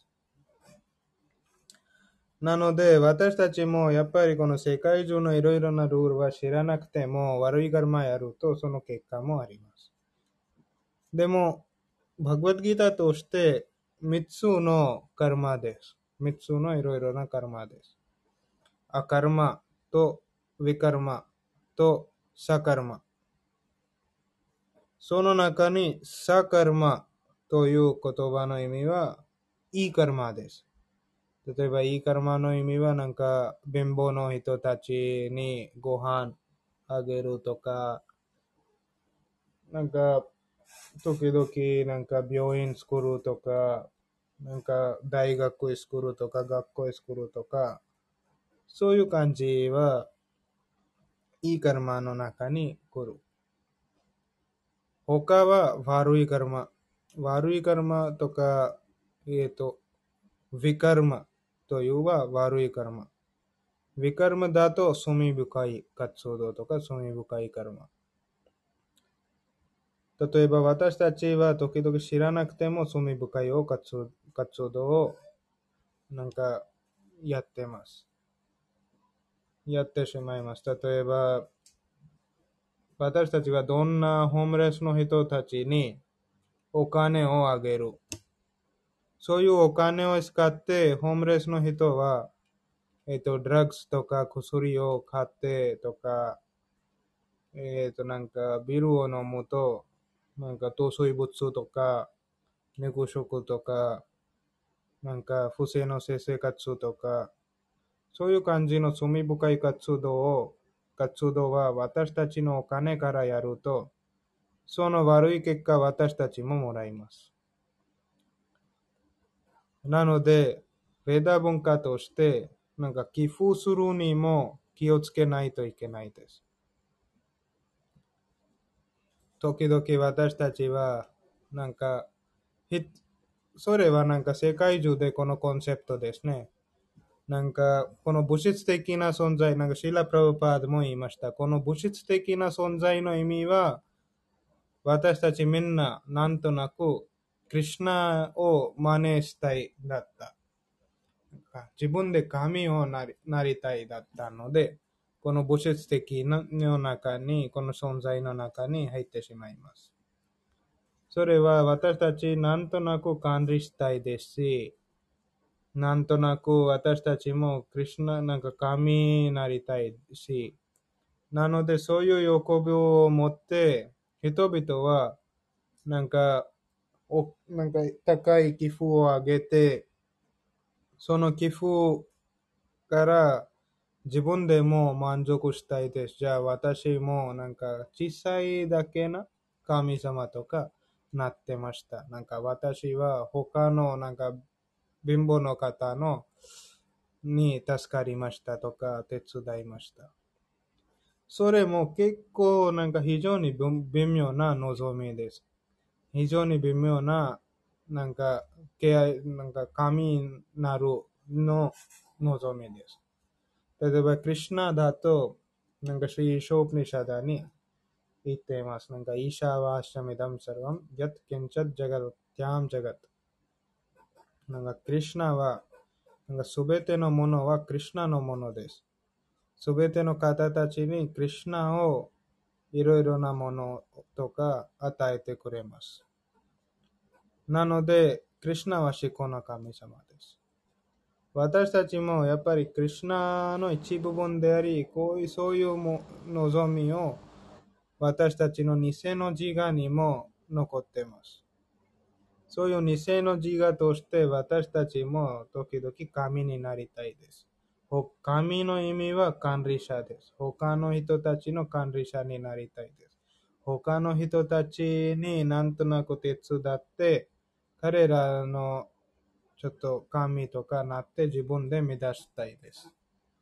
なので私たちもやっぱりこの世界中のいろいろなルールは知らなくても悪いカルマやるとその結果もあります。でもバグワッドギータとしてみっつのカルマです。みっつのいろいろなカルマです。アカルマとウィカルマとサカルマ。その中にサカルマという言葉の意味はいいカルマです。例えばいいカルマの意味はなんか貧乏の人たちにご飯あげるとか、なんか時々なんか病院作るとか、なんか大学作るとか学校作るとか、そういう感じはいいカルマの中に来る。他は悪いカルマ。悪いカルマとか、えっと、ヴィカルマというは悪いカルマ。ヴィカルマだと罪深い活動とか罪深いカルマ。例えば私たちは時々知らなくても罪深い活動をなんかやってます。やってしまいます。例えば私たちはどんなホームレスの人たちにお金をあげる。そういうお金を使ってホームレスの人は、えっと、ドラッグスとか薬を買ってとか、えっと、なんかビールを飲むと、なんか糖水物とか、肉食とか、なんか不正の性生活とか、そういう感じの罪深い活動を、活動は私たちのお金からやると、その悪い結果私たちももらいます。なので、ベダ文化として、なんか寄付するにも気をつけないといけないです。 時々私たちは、なんか、ひそれはなんか世界中でこのコンセプトですね。なんか、この物質的な存在、なんかシーラ・プラブパードも言いました。この物質的な存在の意味は、私たちみんななんとなく、クリシュナを真似したいだった。自分で神をなり、なりたいだったので、この物質的なの中に、この存在の中に入ってしまいます。それは私たちなんとなく管理したいですし、なんとなく私たちもクリシュナ、なんか神になりたいし、なのでそういう欲望を持って、人々はなんか、おなんか高い寄付を上げて、その寄付から自分でも満足したいです。じゃあ私もなんか小さいだけな神様とかなってました。なんか私は他のなんか貧乏の方のに助かりましたとか手伝いました。それも結構なんか非常に微妙な望みです。非常に微妙ななんかなんか神になるの望みです。例えばクリシュナだとなんかシリーショープニシャダに言っています。なんかイーシャワーシャミダムサルワムヤッキンチャッジャガルティアムジャガッなんかクリシュナはなんかすべてのものはクリシュナのものです。すべての方たちにクリシュナをいろいろなものとか与えてくれます。なので、クリシュナは至高の神様です。私たちもやっぱりクリシュナの一部分であり、こういうそういうも望みを私たちの偽の自我にも残っています。そういう偽の自我として私たちも時々神になりたいです。神の意味は管理者です。他の人たちの管理者になりたいです。他の人たちになんとなく手伝って、彼らのちょっと神とかなって自分で乱したいです。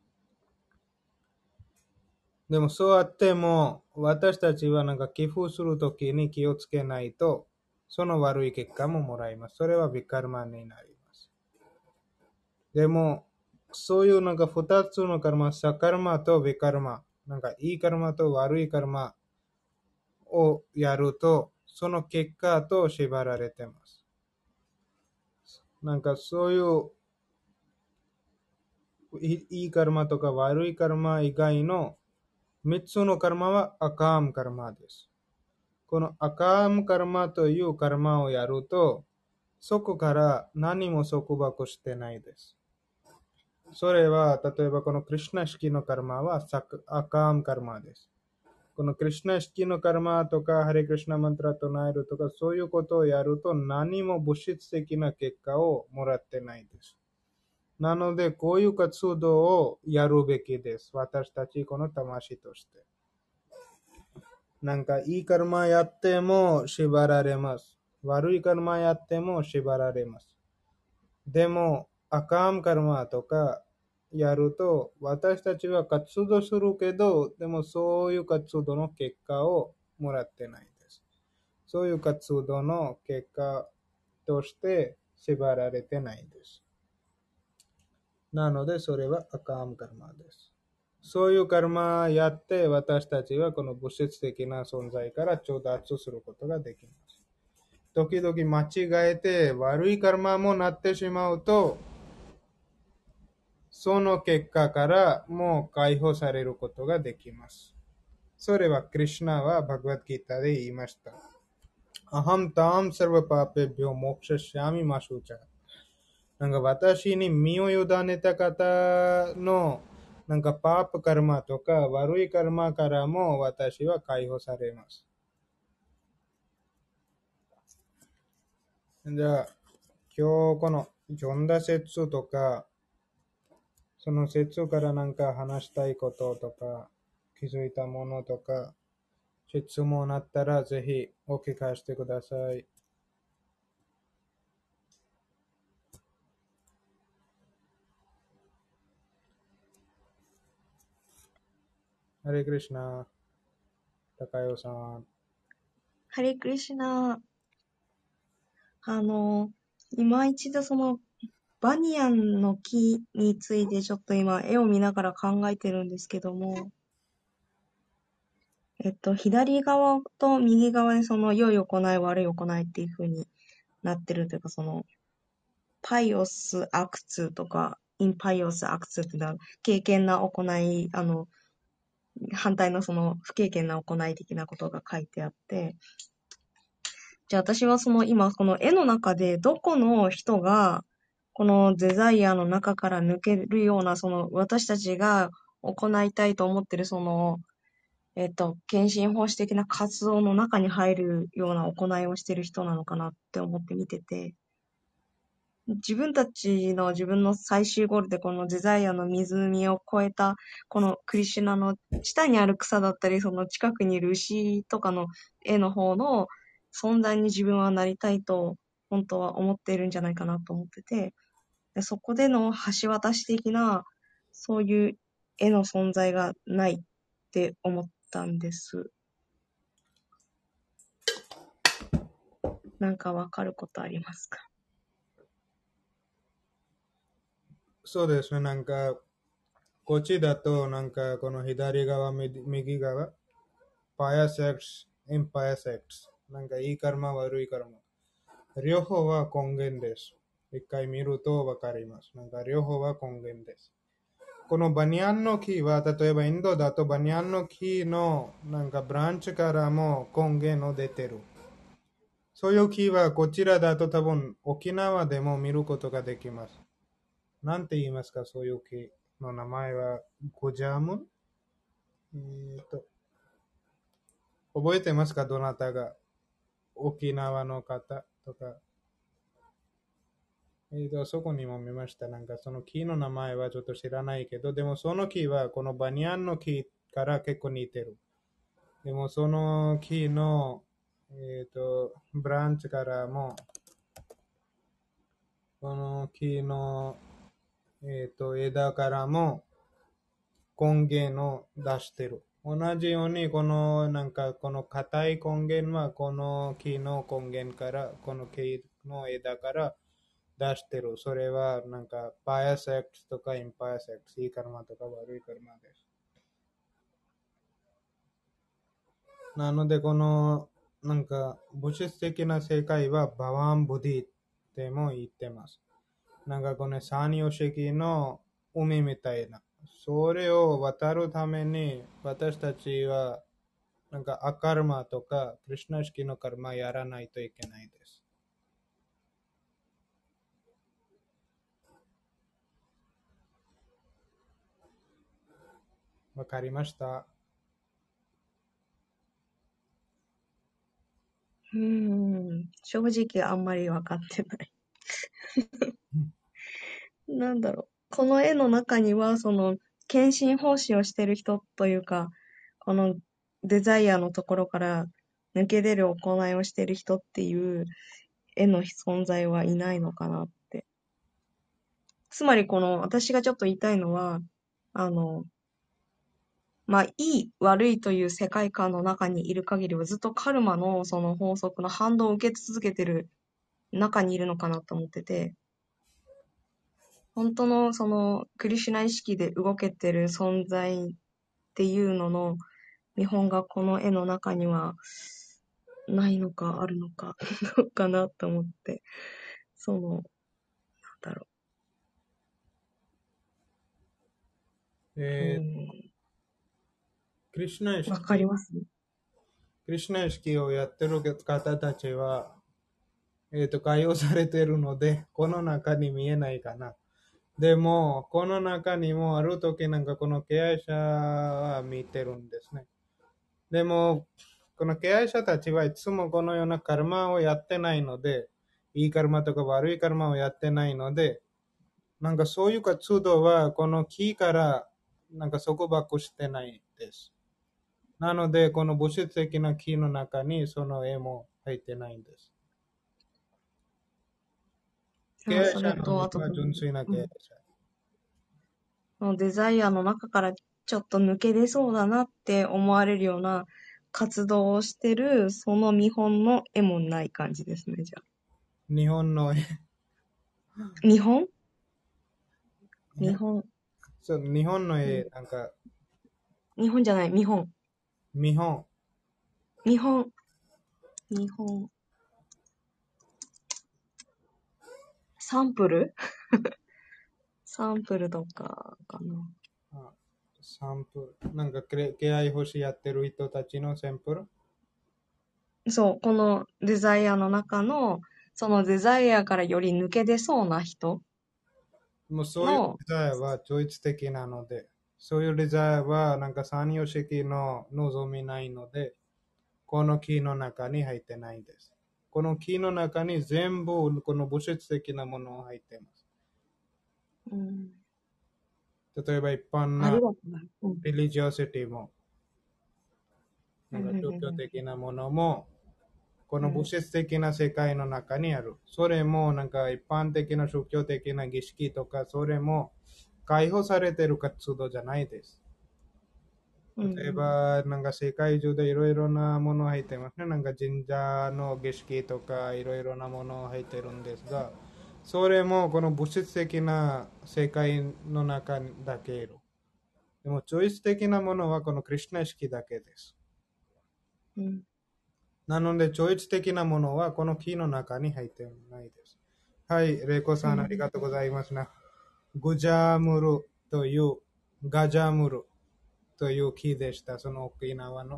でもそうあっても、私たちはなんか寄付するときに気をつけないと、その悪い結果ももらいます。それはビカルマになります。でも、そういうなんか二つのカルマ、サカルマとビカルマ、なんかいいカルマと悪いカルマをやると、その結果と縛られてます。なんかそういういいカルマとか悪いカルマ以外の三つのカルマはアカームカルマです。このアカームカルマというカルマをやると、そこから何も束縛してないです。それは、例えばこのクリシュナ式のカルマはアカームカルマです。このクリシュナ式のカルマとか、ハレクリシュナマントラ唱えるとか、そういうことをやると何も物質的な結果をもらってないです。なので、こういう活動をやるべきです。私たちこの魂として。なんかいいカルマやっても縛られます。悪いカルマやっても縛られます。でも、アカームカルマとかやると、私たちは活動するけど、でもそういう活動の結果をもらってないです。そういう活動の結果として縛られてないです。なので、それはアカームカルマです。そういうカルマやって私たちはこの物質的な存在から調達することができます。時々間違えて悪いカルマもなってしまうと、その結果からもう解放されることができます。それはクリシュナはバグワッドギータで言いました。アハムタムサルバパペビョモクシャシャミマシュチャ。なんか私に身を委ねた方のなんかパープカルマとか悪いカルマからも私は解放されます。じゃあ、今日この読んだ説とか、その説からなんか話したいこととか、気づいたものとか、質問あったらぜひお聞かせてください。ハレクリシナ、高代さん。 ハレクリシュナ、あの、今一度その、バニヤンの木についてちょっと今絵を見ながら考えてるんですけども、えっと、左側と右側でその良い行い悪い行いっていう風になってるというか、その、パイオスアクツとか、インパイオスアクツっていうのは、敬虔な行い、あの、反対のその不敬虔な行い的なことが書いてあって、じゃあ私はその今この絵の中でどこの人がこのデザイアの中から抜けるようなその私たちが行いたいと思ってるそのえっと献身奉仕的な活動の中に入るような行いをしてる人なのかなって思って見てて、自分たちの自分の最終ゴールでこのデザイアの湖を越えたこのクリシュナの下にある草だったりその近くにいる牛とかの絵の方の存在に自分はなりたいと本当は思っているんじゃないかなと思ってて、でそこでの橋渡し的なそういう絵の存在がないって思ったんです。なんかわかることありますか？ そうですね。なんか、こっちだと、なんか、この左側、右右側、パイアセックス、インパイアセックス。なんか、いいカルマ、悪いカルマ。両方は根源です。一回見るとわかります。なんか、両方は根源です。このバニヤンの木は、例えばインドだとバニヤンの木のなんかブランチからも根源を出てる。そういう木はこちらだと多分沖縄でも見ることができます。なんて言いますか、そういう木の名前はゴジャム、えー、と覚えてますか、どなたが沖縄の方とか。えー、とそこにも見ました。なんかその木の名前はちょっと知らないけど、でもその木はこのバニヤンの木から結構似てる。でもその木の、えー、とブランチからもこの木の、えー、と枝からも根源を出してる。同じようにこのなんかこの硬い根源はこの木の根源からこの木の枝から出してる。それはなんかパイアセックスとかインパイアセックス、いいカルマとか悪いカルマです。なのでこのなんか物質的な世界はバワンブディっても言ってます。なんかこの三様式の海みたいな。それを渡るために私たちはなんかアカルマとかクリシュナ式のカルマやらないといけないです。わかりました？ うーん、正直あんまりわかってない。なんだろう。この絵の中には、その、献身奉仕をしてる人というか、このデザイアのところから抜け出る行いをしてる人っていう絵の存在はいないのかなって。つまりこの、私がちょっと言いたいのは、あの、まあ、いい、悪いという世界観の中にいる限りはずっとカルマのその法則の反動を受け続けてる中にいるのかなと思ってて、本当のそのクリシュナ意識で動けてる存在っていうのの見本がこの絵の中にはないのかあるのかどうかなと思って、その、なんだろう。うえー、 ん、 クリシュナ意わかり識、 ます？ クリシュナ意識をやってる方たちは、えっ、と、解放されているので、この中に見えないかな。でも、この中にもあるときなんかこの敬愛者は見てるんですね。でも、この敬愛者たちはいつもこのようなカルマをやってないので、いいカルマとか悪いカルマをやってないので、なんかそういう活動はこの木からなんか束縛してないです。なので、この物質的な木の中にその絵も入ってないんです。敬愛それと、 者の意あと、 味は純粋な敬愛者。 うん、デザイアの中からちょっと抜け出そうだなって思われるような活動をしてる、その見本の絵もない感じですね、じゃあ。 日本の絵。 見本見本。 そう、日本の絵、なんか、 日本じゃない、見本。 見本。 見本。見本。サンプルサンプルとかかな。 あサンプル。なんか、敬愛星やってる人たちのサンプル。 そう、このデザイアの中の、そのデザイアからより抜け出そうな人もうそういうの、 デザイアは超越的なので、そういうデザイアはなんか三様式の望みないので、この木の中に入ってないです。この木の中に全部この物質的なものが入っています。 うん、 例えば一般あなりがとうな。うん。 リリジオシティも、なんか宗教的なものも、この物質的な世界の中にある。それもなんか一般的な宗教的な儀式とか、それも解放されている活動じゃないです。例えば、なんか世界中でいろいろなもの入ってますね。なんか神社の儀式とかいろいろなもの入ってるんですが、それもこの物質的な世界の中だけいる。でも、超越的なものはこのクリシュナ意識だけです。 うん、 なので、超越的なものはこの木の中に入ってないです。はい、レイコさん、ありがとうございますな。グジャムルという、ガジャムルという木でした、その沖縄の。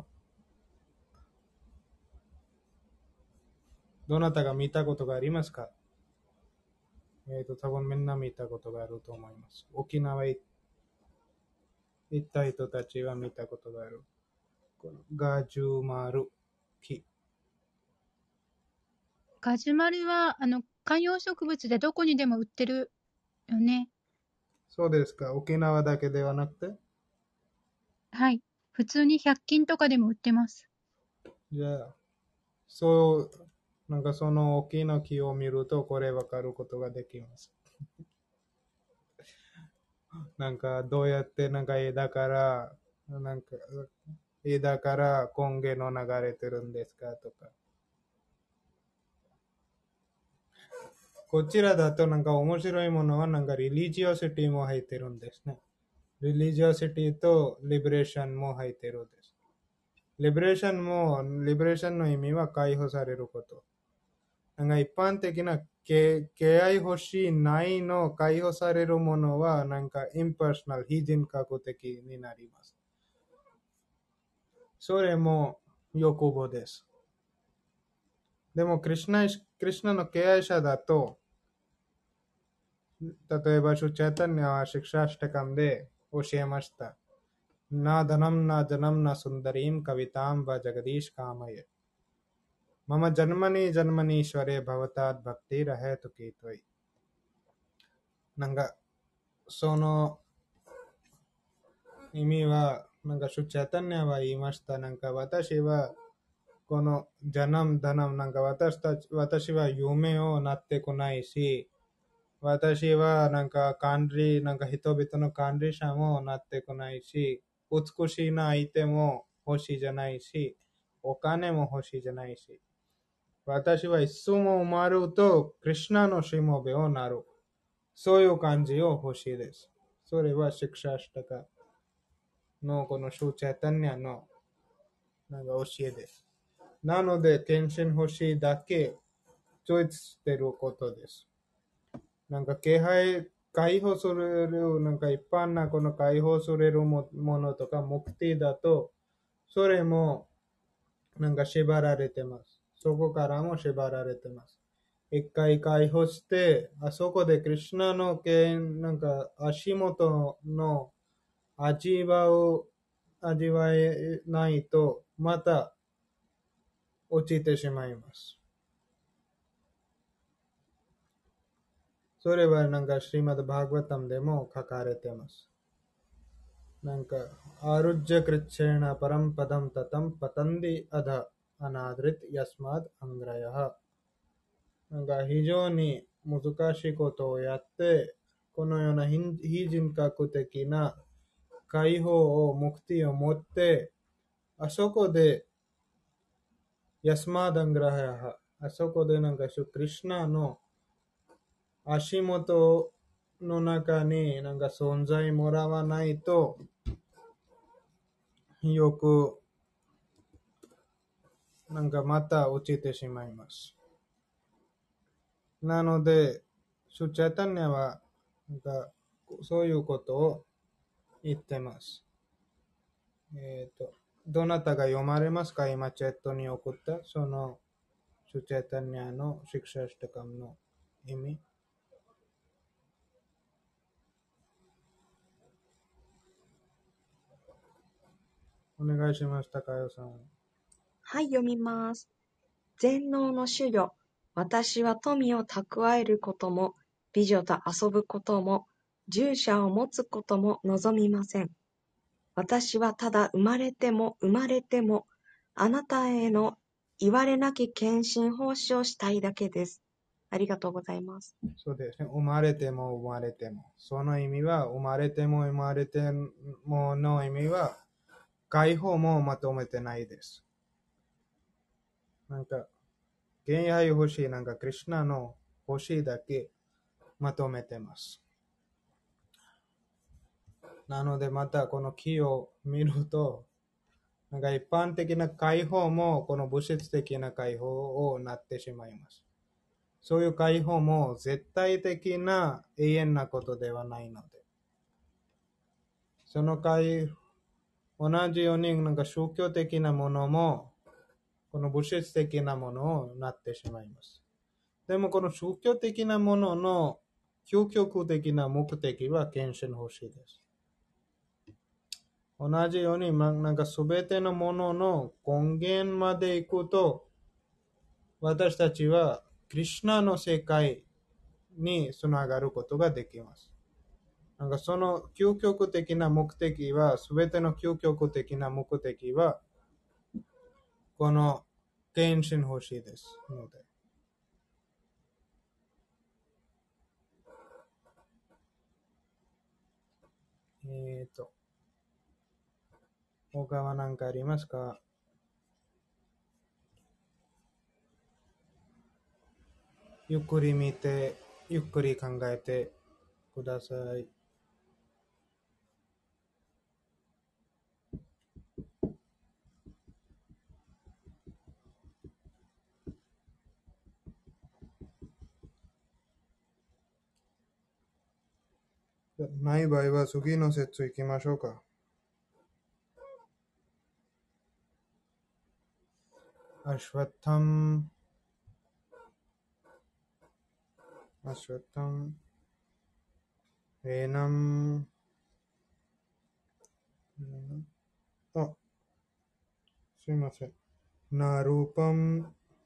どなたが見たことがありますか？えっと、多分みんな見たことがあると思います。沖縄へ行った人たちは見たことがある。このガジュマル木。 ガジュマルは、あの、観葉植物でどこにでも売ってるよね。 そうですか。沖縄だけではなくて？ はい。普通にひゃく均とかでも売ってます。 じゃあ、そう、なんかその大きな木を見るとこれわかることができます。なんかどうやってなんか枝から、なんか枝から根源の流れてるんですかとか。こちらだとなんか面白いものはなんかリリジオシティも入ってるんですね。リリジオシティとリベレーションも入ってるんです。リベレーションも、リベレーションの意味は解放されること。なんか一般的な敬愛欲しいないの解放されるものはなんかインパーソナル、非人格的になります。それも欲望です。でもクリシュナ、クリシュナの敬愛者だと、例えばシュチャタニアはシクシャシタカムで教えました。なダナムなジャナムなスンダリームカビタムバジャガディシカマヤ。ママジャンマニジャンマニシワレバワターバクティラヘトキートイ。なんか、その意味は、なんかシュチャタニアは言いました。なんか私は、このジャナムダナム、なんか私たち、私は夢をなってこないし、私はなんか管理、なんか人々の管理者もなってこないし、美しいな相手も欲しいじゃないし、お金も欲しいじゃないし、私はいつも生まれると、クリシュナのしもべをなる。そういう感じを欲しいです。それはシクシャシタカのこのシュチャタニアのなんか教えです。なので、献身欲しいだけ、超越していることです。なんか気配、解放する、なんか一般なこの解放するものとか目的だと、それもなんか縛られてます。そこからも縛られてます。一回解放して、あそこでクリシュナのなんか足元の味わう、味わえないと、また落ちてしまいます。それはなんかシリマドバーガワタムでも書かれています。なんか、アルジャクリチェナパランパダムタタンパタンディアダアナドリッヤスマドアングラヤハ。なんか非常に難しいことをやって、このような非人格的な解放を目的を持って、あそこでヤスマダングラハヤハ。あそこでなんかクリシュナの足元の中になんか存在もらわないとよくなんかまた落ちてしまいます。なので、シュチャタニャはなんかそういうことを言ってます。えっと、どなたが読まれますか？今チャットに送ったそのシュチャタニャのシクシャシタカムの意味。お願いします、高代さん。 はい、読みます。全能の主よ、私は富を蓄えることも、美女と遊ぶことも、従者を持つことも望みません。私はただ生まれても生まれても、あなたへの言われなき献身奉仕をしたいだけです。ありがとうございます。 そうですね。生まれても生まれても。その意味は、生まれても生まれてもの意味は、解放もまとめてないです。なんか、恋愛欲しい、なんか、クリシュナの欲しいだけまとめてます。なので、またこの木を見ると、なんか一般的な解放も、この物質的な解放をなってしまいます。そういう解放も絶対的な永遠なことではないので。その解放、同じようになんか宗教的なものも、この物質的なものになってしまいます。でもこの宗教的なものの究極的な目的は献身欲しいです。同じように、なんかすべてのものの根源まで行くと、私たちはクリシュナの世界につながることができます。なんかその究極的な目的は、すべての究極的な目的は、この献身欲しいですので。えっと、他は何かありますか？ゆっくり見て、ゆっくり考えてください。ない場合は次の節行きましょうか。アシュワッタン、アシュワッタン、エーナム、あ、すいません。ナルパン、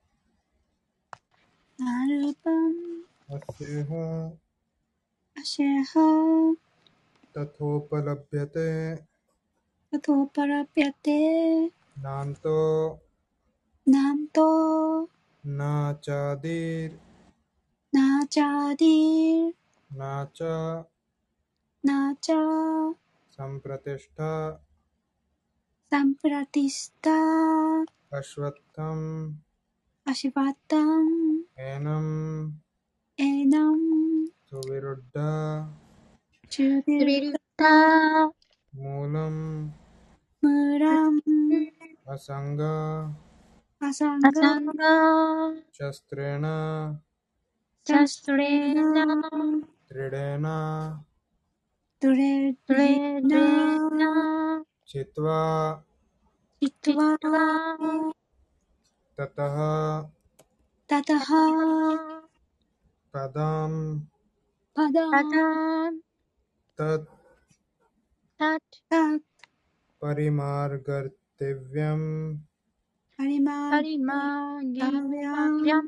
ナルパン、 アセハ、 アシェハ、 タトパラビャテ、 タトパラピャテ、 なんと、 なんと、 ナチャディル、 ナチャディル、 ナチャ、 ナチャ、 サンプラテシタ、 サンプラティスタ、 アシュワッタン、 アシバタン、 エーナム、 エナム、 トヴィルダ、 チュビルスビルター、 ムーラム、 ムラム、 アサンガ、 アサンガ、 アサンガー、 シャストレナ、 シャストレーナー、 トリレナ、 ドレトレリーナ、 ナー、 チトワ、 チトチワ、 トワー、 タタハ、 タタハ、 パダム、 パダパダン、 ーン、 タッ、 タッ、 タ、 パリマーガルテヴィアム、 パリマパー、 リマーギタービャン、 パリャン、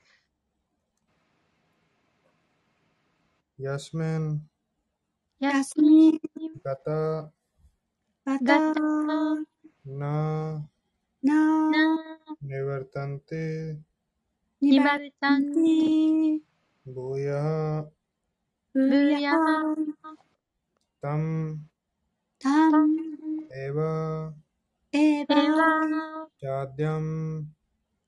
ヤスメン、 ヤヤスミン、 ガタ、 ガガタタ、 ナ、 ナ、 ナネヴァルタンテ、 ニバルニバルタンティ、 ブヤ、 ブヤブヤタム、 タタンン、 エヴァ、 エヴエワァ、 チャディャム、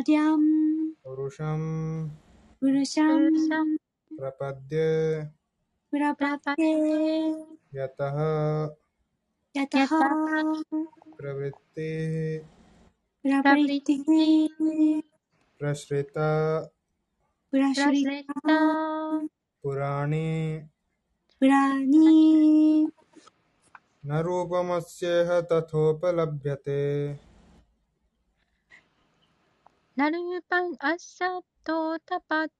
ディャン、 プルシャン、 プルシャン、 プルシャン、 プラパディエ、 プラパプラパテテ、 ヤタハ、 ヤタハヤタハ、 プラブリッティ、 プラプラブブリテリッティ、 ィプラシリタ、 プラプシュリラスレッター、 プラニ、 プラニナルーパマスチェハタトパラビャテ、 ナルーパンアッシャトータパ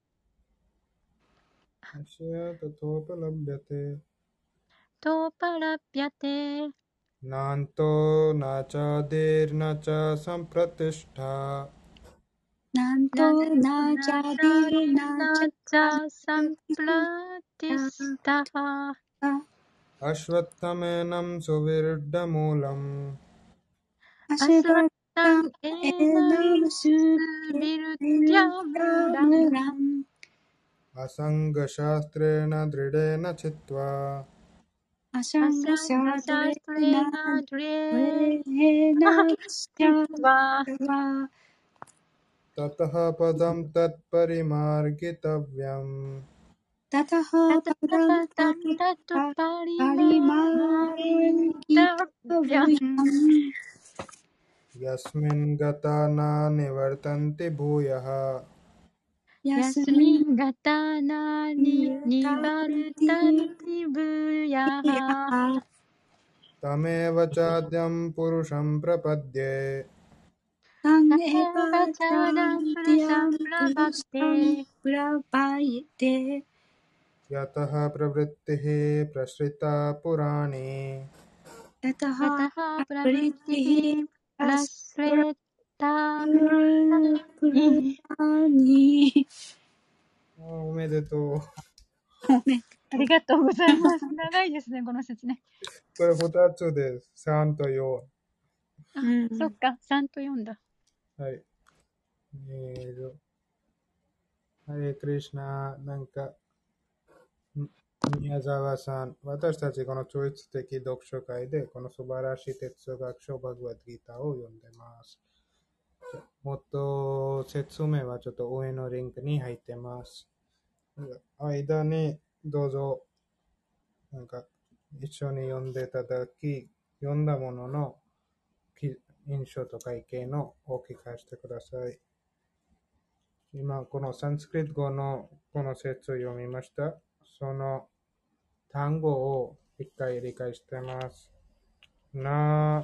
アシェハタトパラビャテ、 トーパラピャテ、 なんとナチャディルナチャサンプラティシタ、 なんナとナチャナチディャルナナチャチャサンプラティスタハ、 アシュワッタメナムソビルダモーラム、 アアスワシュバタンエエナナムムススビルティアムラム、 ランアサンガシャストレナドリデナチットワ、 アシャアンガシサンガャドレシャストナレナドドレレナシティャワ、 ワタタハパダムタッパリマーギタヴィム、 タタタハタタパダンタタタトタトパパリパマリママーギタギタブビャヤン、 ンヤスミンガタナニワルタンティブーヤハ、 ヤスヤスミンミンガタナニニバルタンティブヤハ、 タメワチャディャムプルシャンプラパディエ、 タンタエバメバチチャャダンプルシャンディアンンプラバップルシャンテ、 プラバイテヤタハプラブリッティヒプラシリタプラニ、 ヤタヤハタハプラプリブリティティヒプアラストラスレタプルニ、 ラニあおめでとう。 ごめん。 ありがとうございます。長いですね、この説ね。 これふたつです。さんとよあ、 うんそっか、さんとよんだ。 ん。はい。えーと、ハレクリシナ、なんか、ん宮沢さん、私たちこの超越的読書会で、この素晴らしい哲学書バグワッドギターを読んでます。もっと説明はちょっと上のリンクに入ってます。間にどうぞ、なんか一緒に読んでいただき、読んだもののき印象とか意見をお聞かせてください。今、このサンスクリット語のこの説を読みました。その単語を一回理解してます。な、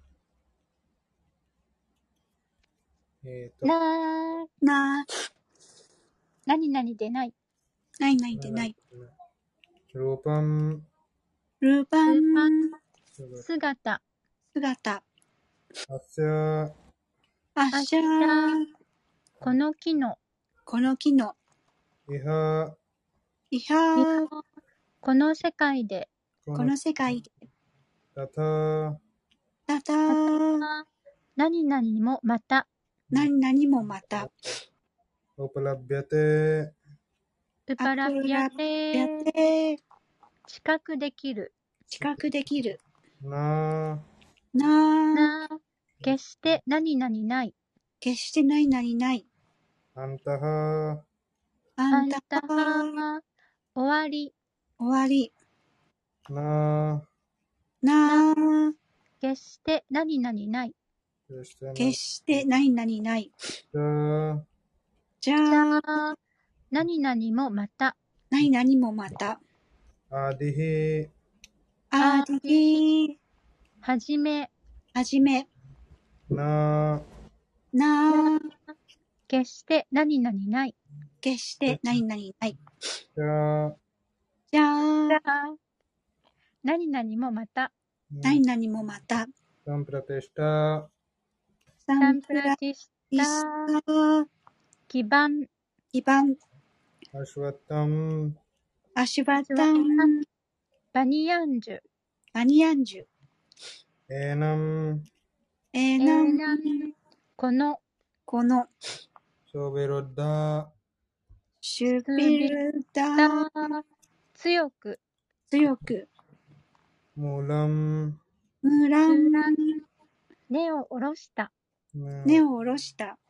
えっ、と、 なー、 な、 何々でない。 ないないでない。 ルーパン、 ルーパンルーパン、 姿、 姿、 姿。 アセア、 アアッシャッシャー。 ー、この木の、 この木の。 イハ、 イハー。 この世界で、 この世界で。 タタ、 たたまー。 た、何々もまた、 何々もまた。 オプラビアテ、 ウパラピアやテ、 って、 近くできる、 知覚できる。 な、 なー。 な、決して何々ない。 決してないないない。 アンタハ、 ああんんたたはは、終わり、 終わり。 な、 なー。 決して何々ない。 そしてな、 決してないないない。 じゃあ、 じゃじゃあ、 あ、何々もまた、 ない何もまた。 アディヒ、 あーディー。 はじめ、 はじめ。 な、 なー。 決して何々ない。 決してないないない。 じゃあ、 じゃあ、 じゃあ、何々もまた、 ない何もまた。 サンプラテシタ、 ササンプンプララティスティタスタ、 基盤、 基盤、 アシュワタム、 アシュバタン、 バニヤンジュ、 バニヤンジュ、 エーナム、 エーエナン、 ーナン、この、 この、 ソベロダ、 シュピルダた、強く、 強く、 ムラム、 ムラン、 根を下ろした、 根を下ろした、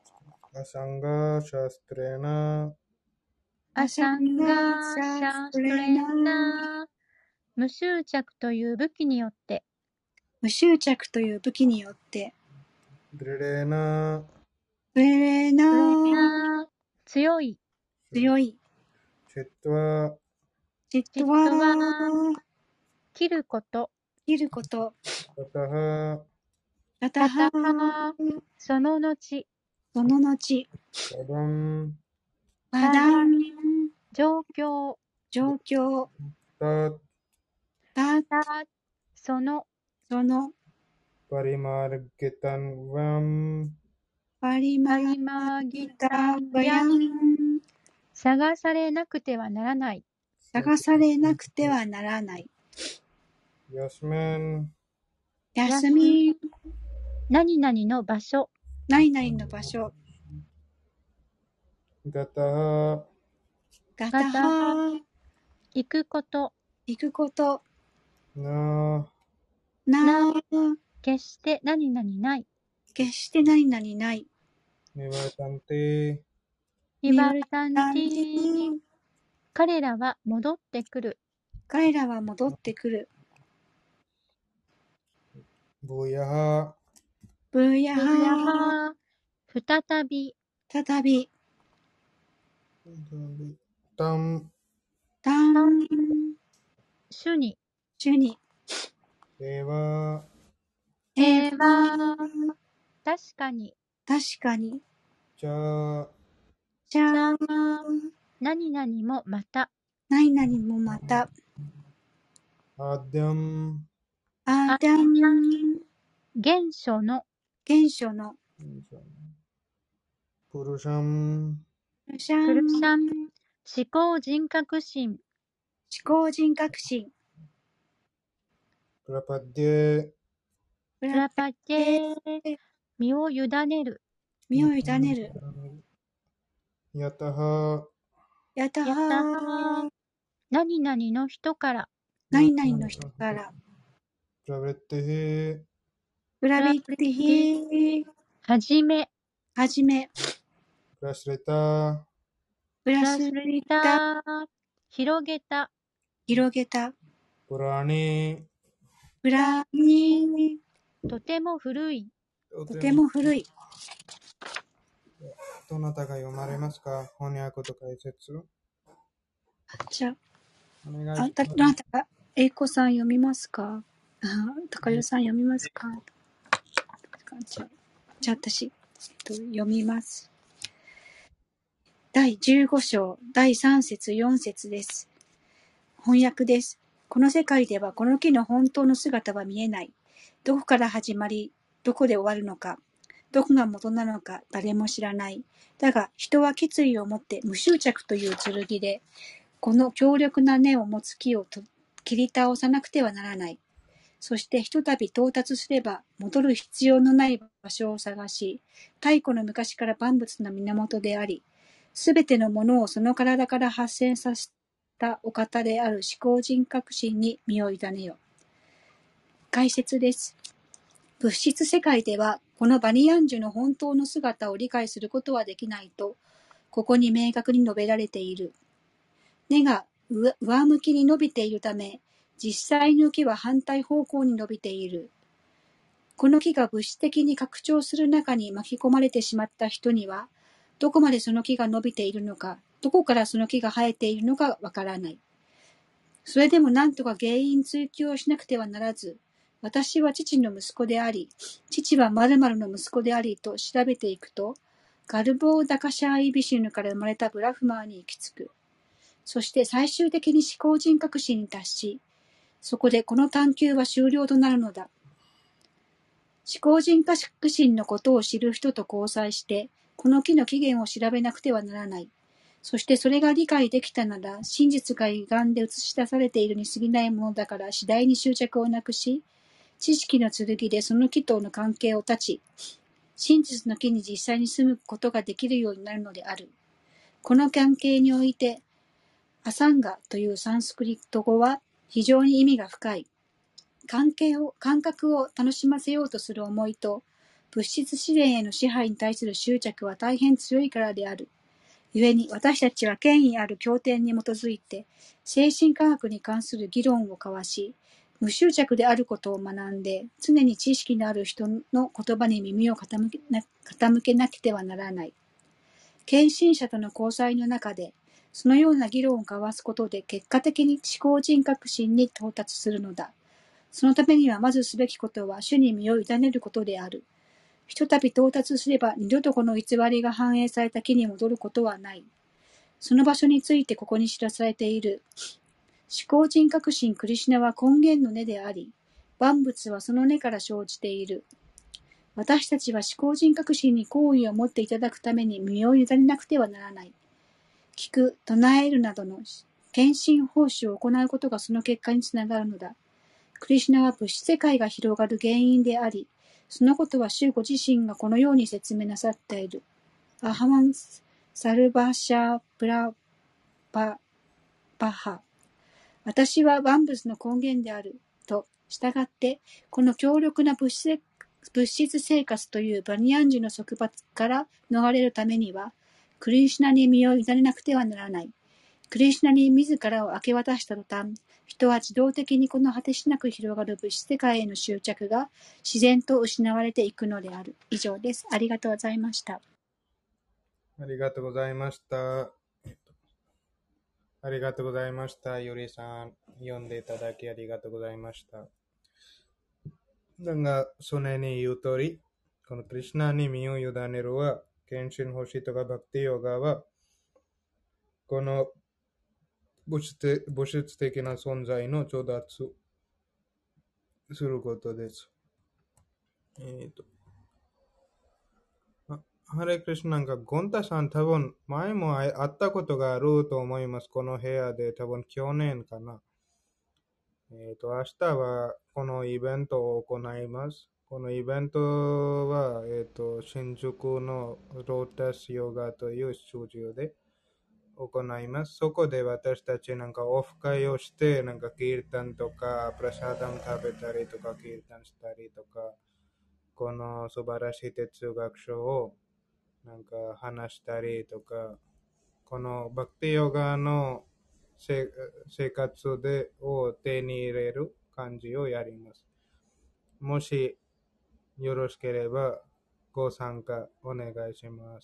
アサンガシャストレナアサンガシシャャストレナ無執着という武器によって、 無執着という武器によって、 ドレレナブレナ強い、 強い、 チェットワジットジットはは切ること、 切ること、 タタハラタハタタハその後、 その後、 タダンパダン、 状況、 状況、 タタたその、 その、 パリマーゲタンワンパリマパリマギギタタバヤン、 探されなくてはならない。 探されなくてはならない。 ヤスメン休み、 何々の場所、 何々の場所、 ガタハガタハ、 行くこと、 行くこと、 ナな、 決して何々ない。 決して何々ない。 ニバタンテニバルタンテタンティィ彼らは戻ってくる。 彼らは戻ってくる。 ブヤハブーヤブヤハハ再び、 再び、 タンタン、 主に、 主に、 エワ平平和、 和、確かに、 確かに、 チャじゃあ、 何々もまた、 何々もまた、 アダムアダム、 原初の、 原初の、 プルシャムプシャン、 プルシャン、思考人格心、 思考人格心、 プラパッデププラパケ身を委ねる、 身を委ねる、 ヤタハやたやったはー、何々の人から、 何々の人から、 プラブレッテヘプラビッティヒ、 はじめ、 はじめ、 プラスレタプラスプラスリタタ、 広げた、 広げた、 プラニプラに、 とても古い、 とても古い。 どなたが読まれますか？翻訳と解説じゃお願いあ、あた、 します。 どなたか、英子さん読みますか？あ、高代さん読みますか？じゃあ、じゃあ私、えっと、読みます。だいじゅうご章、だいさん節、よん節です。翻訳です。この世界ではこの木の本当の姿は見えない。どこから始まり、どこで終わるのか、どこが元なのか誰も知らない。だが人は決意を持って無執着という剣で、この強力な根を持つ木をと切り倒さなくてはならない。そしてひとたび到達すれば戻る必要のない場所を探し、太古の昔から万物の源であり、すべてのものをその体から発生させたお方である思考人格心に身を委ねよ。解説です。物質世界ではこのバニヤン樹の本当の姿を理解することはできないと、ここに明確に述べられている。根が上向きに伸びているため、実際の木は反対方向に伸びている。この木が物質的に拡張する中に巻き込まれてしまった人には、どこまでその木が伸びているのか、どこからその木が生えているのかわからない。それでも何とか原因追求をしなくてはならず、私は父の息子であり、父は〇〇の息子でありと調べていくと、ガルボーダカシャーイビシュヌから生まれたブラフマーに行き着く。そして最終的に思考人格心に達し、そこでこの探求は終了となるのだ。思考人格心のことを知る人と交際して、この木の起源を調べなくてはならない。そしてそれが理解できたなら、真実が歪んで映し出されているに過ぎないものだから次第に執着をなくし、知識の剣でその木との関係を断ち、真実の木に実際に住むことができるようになるのである。この関係において、アサンガというサンスクリット語は非常に意味が深い。関係を、感覚を楽しませようとする思いと、 物質自然への支配に対する執着は大変強いからである。故に私たちは権威ある経典に基づいて精神科学に関する議論を交わし、無執着であることを学んで、常に知識のある人の言葉に耳を傾けな、傾けなくてはならない。献身者との交際の中で、そのような議論を交わすことで結果的に思考人格心に到達するのだ。そのためにはまずすべきことは主に身を委ねることである。ひとたび到達すれば二度とこの偽りが反映された木に戻ることはない。その場所についてここに知らされている。思考人格心クリシュナは根源の根であり、万物はその根から生じている。私たちは思考人格心に好意を持っていただくために身を委ねなくてはならない。聞く、唱えるなどの献身奉仕を行うことがその結果につながるのだ。クリシュナは物質世界が広がる原因であり、そのことは主ご自身がこのように説明なさっている。アハマン・サルバシャ・プラバ・バハ。私は万物の根源である。と、従って、この強力な物質、物質生活というバニヤンジュの束縛から逃れるためには、クリシュナに身を委ねなくてはならない。クリシュナに自らを明け渡した途端、人は自動的にこの果てしなく広がる物質世界への執着が自然と失われていくのである。以上です。ありがとうございました。 ありがとうございました。ありがとうございました。ゆりさん、読んでいただきありがとうございました。だが、それに言う通り、このクリシュナに身を委ねるは、献身奉仕とかバクティヨガは、この物質物質的な存在の調達することです。えっと、ハレクリシュナがゴンタさん多分前も会ったことがあると思います。この部屋で多分去年かな。えっと、明日はこのイベントを行います。このイベントは、えっと、新宿のロータスヨガというスタジオで行います。そこで私たちなんかオフ会をして、なんかキータンとか、プラサダム食べたりとか、キータンしたりとか、この素晴らしい哲学書をなんか話したりとか、このバクティヨガの生活でを手に入れる感じをやります。もしよろしければご参加お願いします。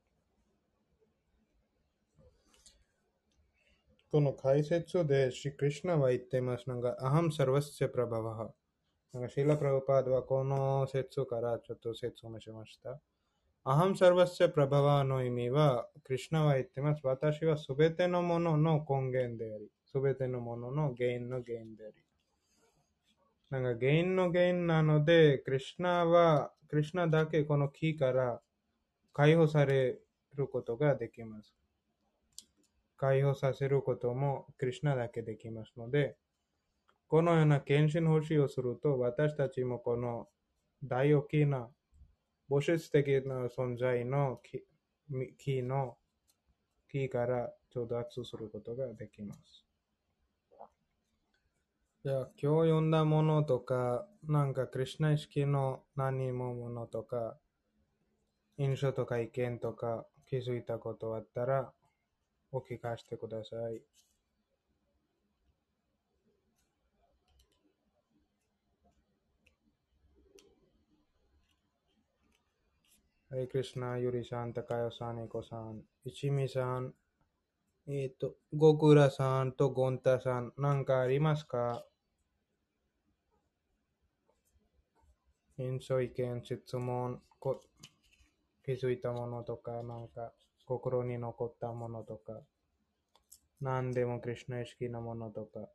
この解説でシークリシュナは言っています。なんか、アハムサルバスチャプラババハ。なんか、シーラプラブパードはこの説からちょっと説明しました。アハムサルバスチャプラババハの意味は、クリシュナは言ってます。私はすべてのものの根源であり、すべてのものの原因の原因であり。なんか、原因の原因なので、クリシュナは、クリシュナだけこの木から解放されることができます。解放させることもクリシュナだけできますので、このような献身奉仕をすると、私たちもこの大大きな物質的な存在の木、木の木から調達することができます。じゃあ、今日読んだものとか、なんかクリシュナ意識の何もものとか、印象とか意見とか気づいたことあったら、お聞かせてください。ハレクリシュナ、ユリさん、高代さん、エコさん、一味さん、えっと、ゴクラさんとゴンタさん、なんかありますか？印象、意見、質問、こ気づいたものとか、なんか心に残ったものとか、何でもクリシュナ意識のものとか。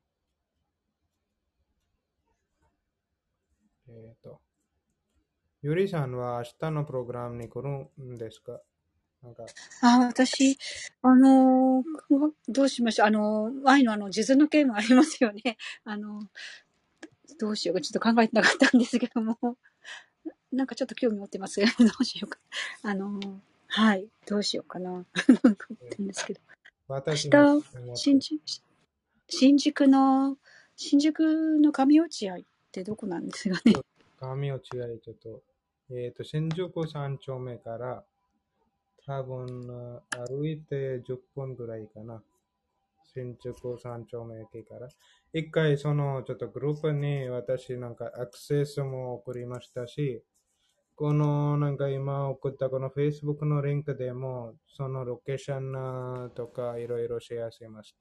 えっと、ゆりさんは明日のプログラムに来るんですか？なんかあ、私、あのー、どうしましょう。あのー、愛のあの、地図の件もありますよね。あのー、どうしようか、ちょっと考えてなかったんですけども。なんかちょっと興味持ってますけど、どうしようか。あのー、はい、どうしようかな。なんか思ってるんですけど。明日、新宿、新宿の、新宿の上落合ってどこなんですかね。 上落合ちょっとえっと、新宿三丁目から、多分、歩いてじゅっぷんぐらいかな。新宿三丁目駅から。一回、その、ちょっとグループに私なんかアクセスも送りましたし、このなんか今送ったこの Facebook のリンクでも、そのロケーションとかいろいろシェアしました。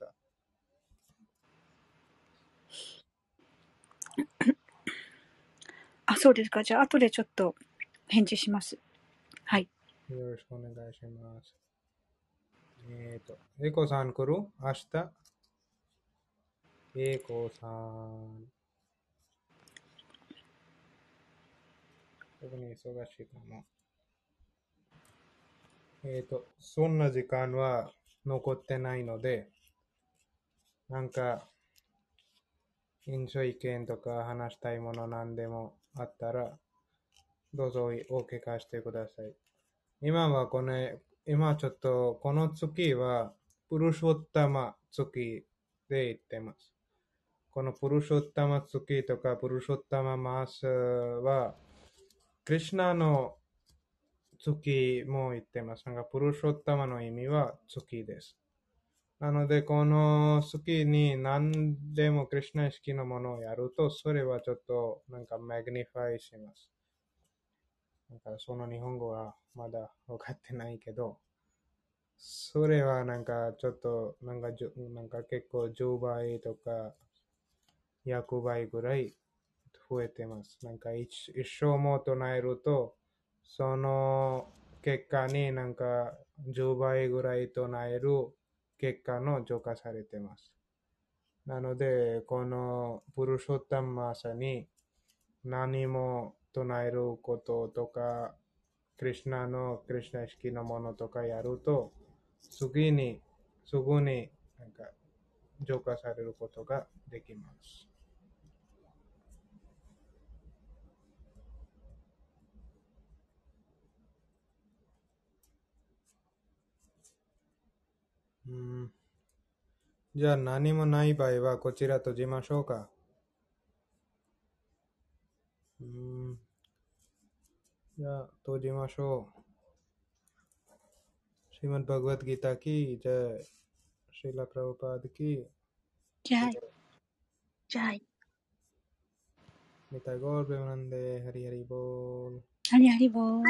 あ、そうですか。じゃあ、後でちょっと返事します。はい。 よろしくお願いします。えっと、エコさん来る？明日？エコさん。特に忙しいかも。えっと、そんな時間は残ってないので、なんか、印象意見とか話したいもの何でもあったら、どうぞお聞かせてください。今はこの、今ちょっとこの月はプルショッタマ月で言ってます。このプルショッタマ月とかプルショッタママースは、クリシナの月も言ってます。なんかプルショッタマの意味は月です。なので、この月に何でもクリシナ意識のものをやると、それはちょっとなんかマグニファイします。なんかその日本語はまだ分かってないけど、それはなんかちょっとなんかじゅなんか結構じゅうばいとかひゃくばいぐらい増えてます。なんか一一生も唱えると、その結果になんかじゅうばいぐらい唱える結果の浄化されてます。なので、このプルショッタマーサに何も唱えることとか、クリシナのクリシナ意識のものとかやると、次に、すぐになんか浄化されることができます。うん。じゃあ何もない場合はこちら閉じましょうか。うん。じゃあ閉じましょう。श्रीमद् भगवद गीता की जय। श्रीला प्रभुपाद की जय। जय। निताई गौर प्रेमानंदे हरि हरि बोल। हरि हरि बोल।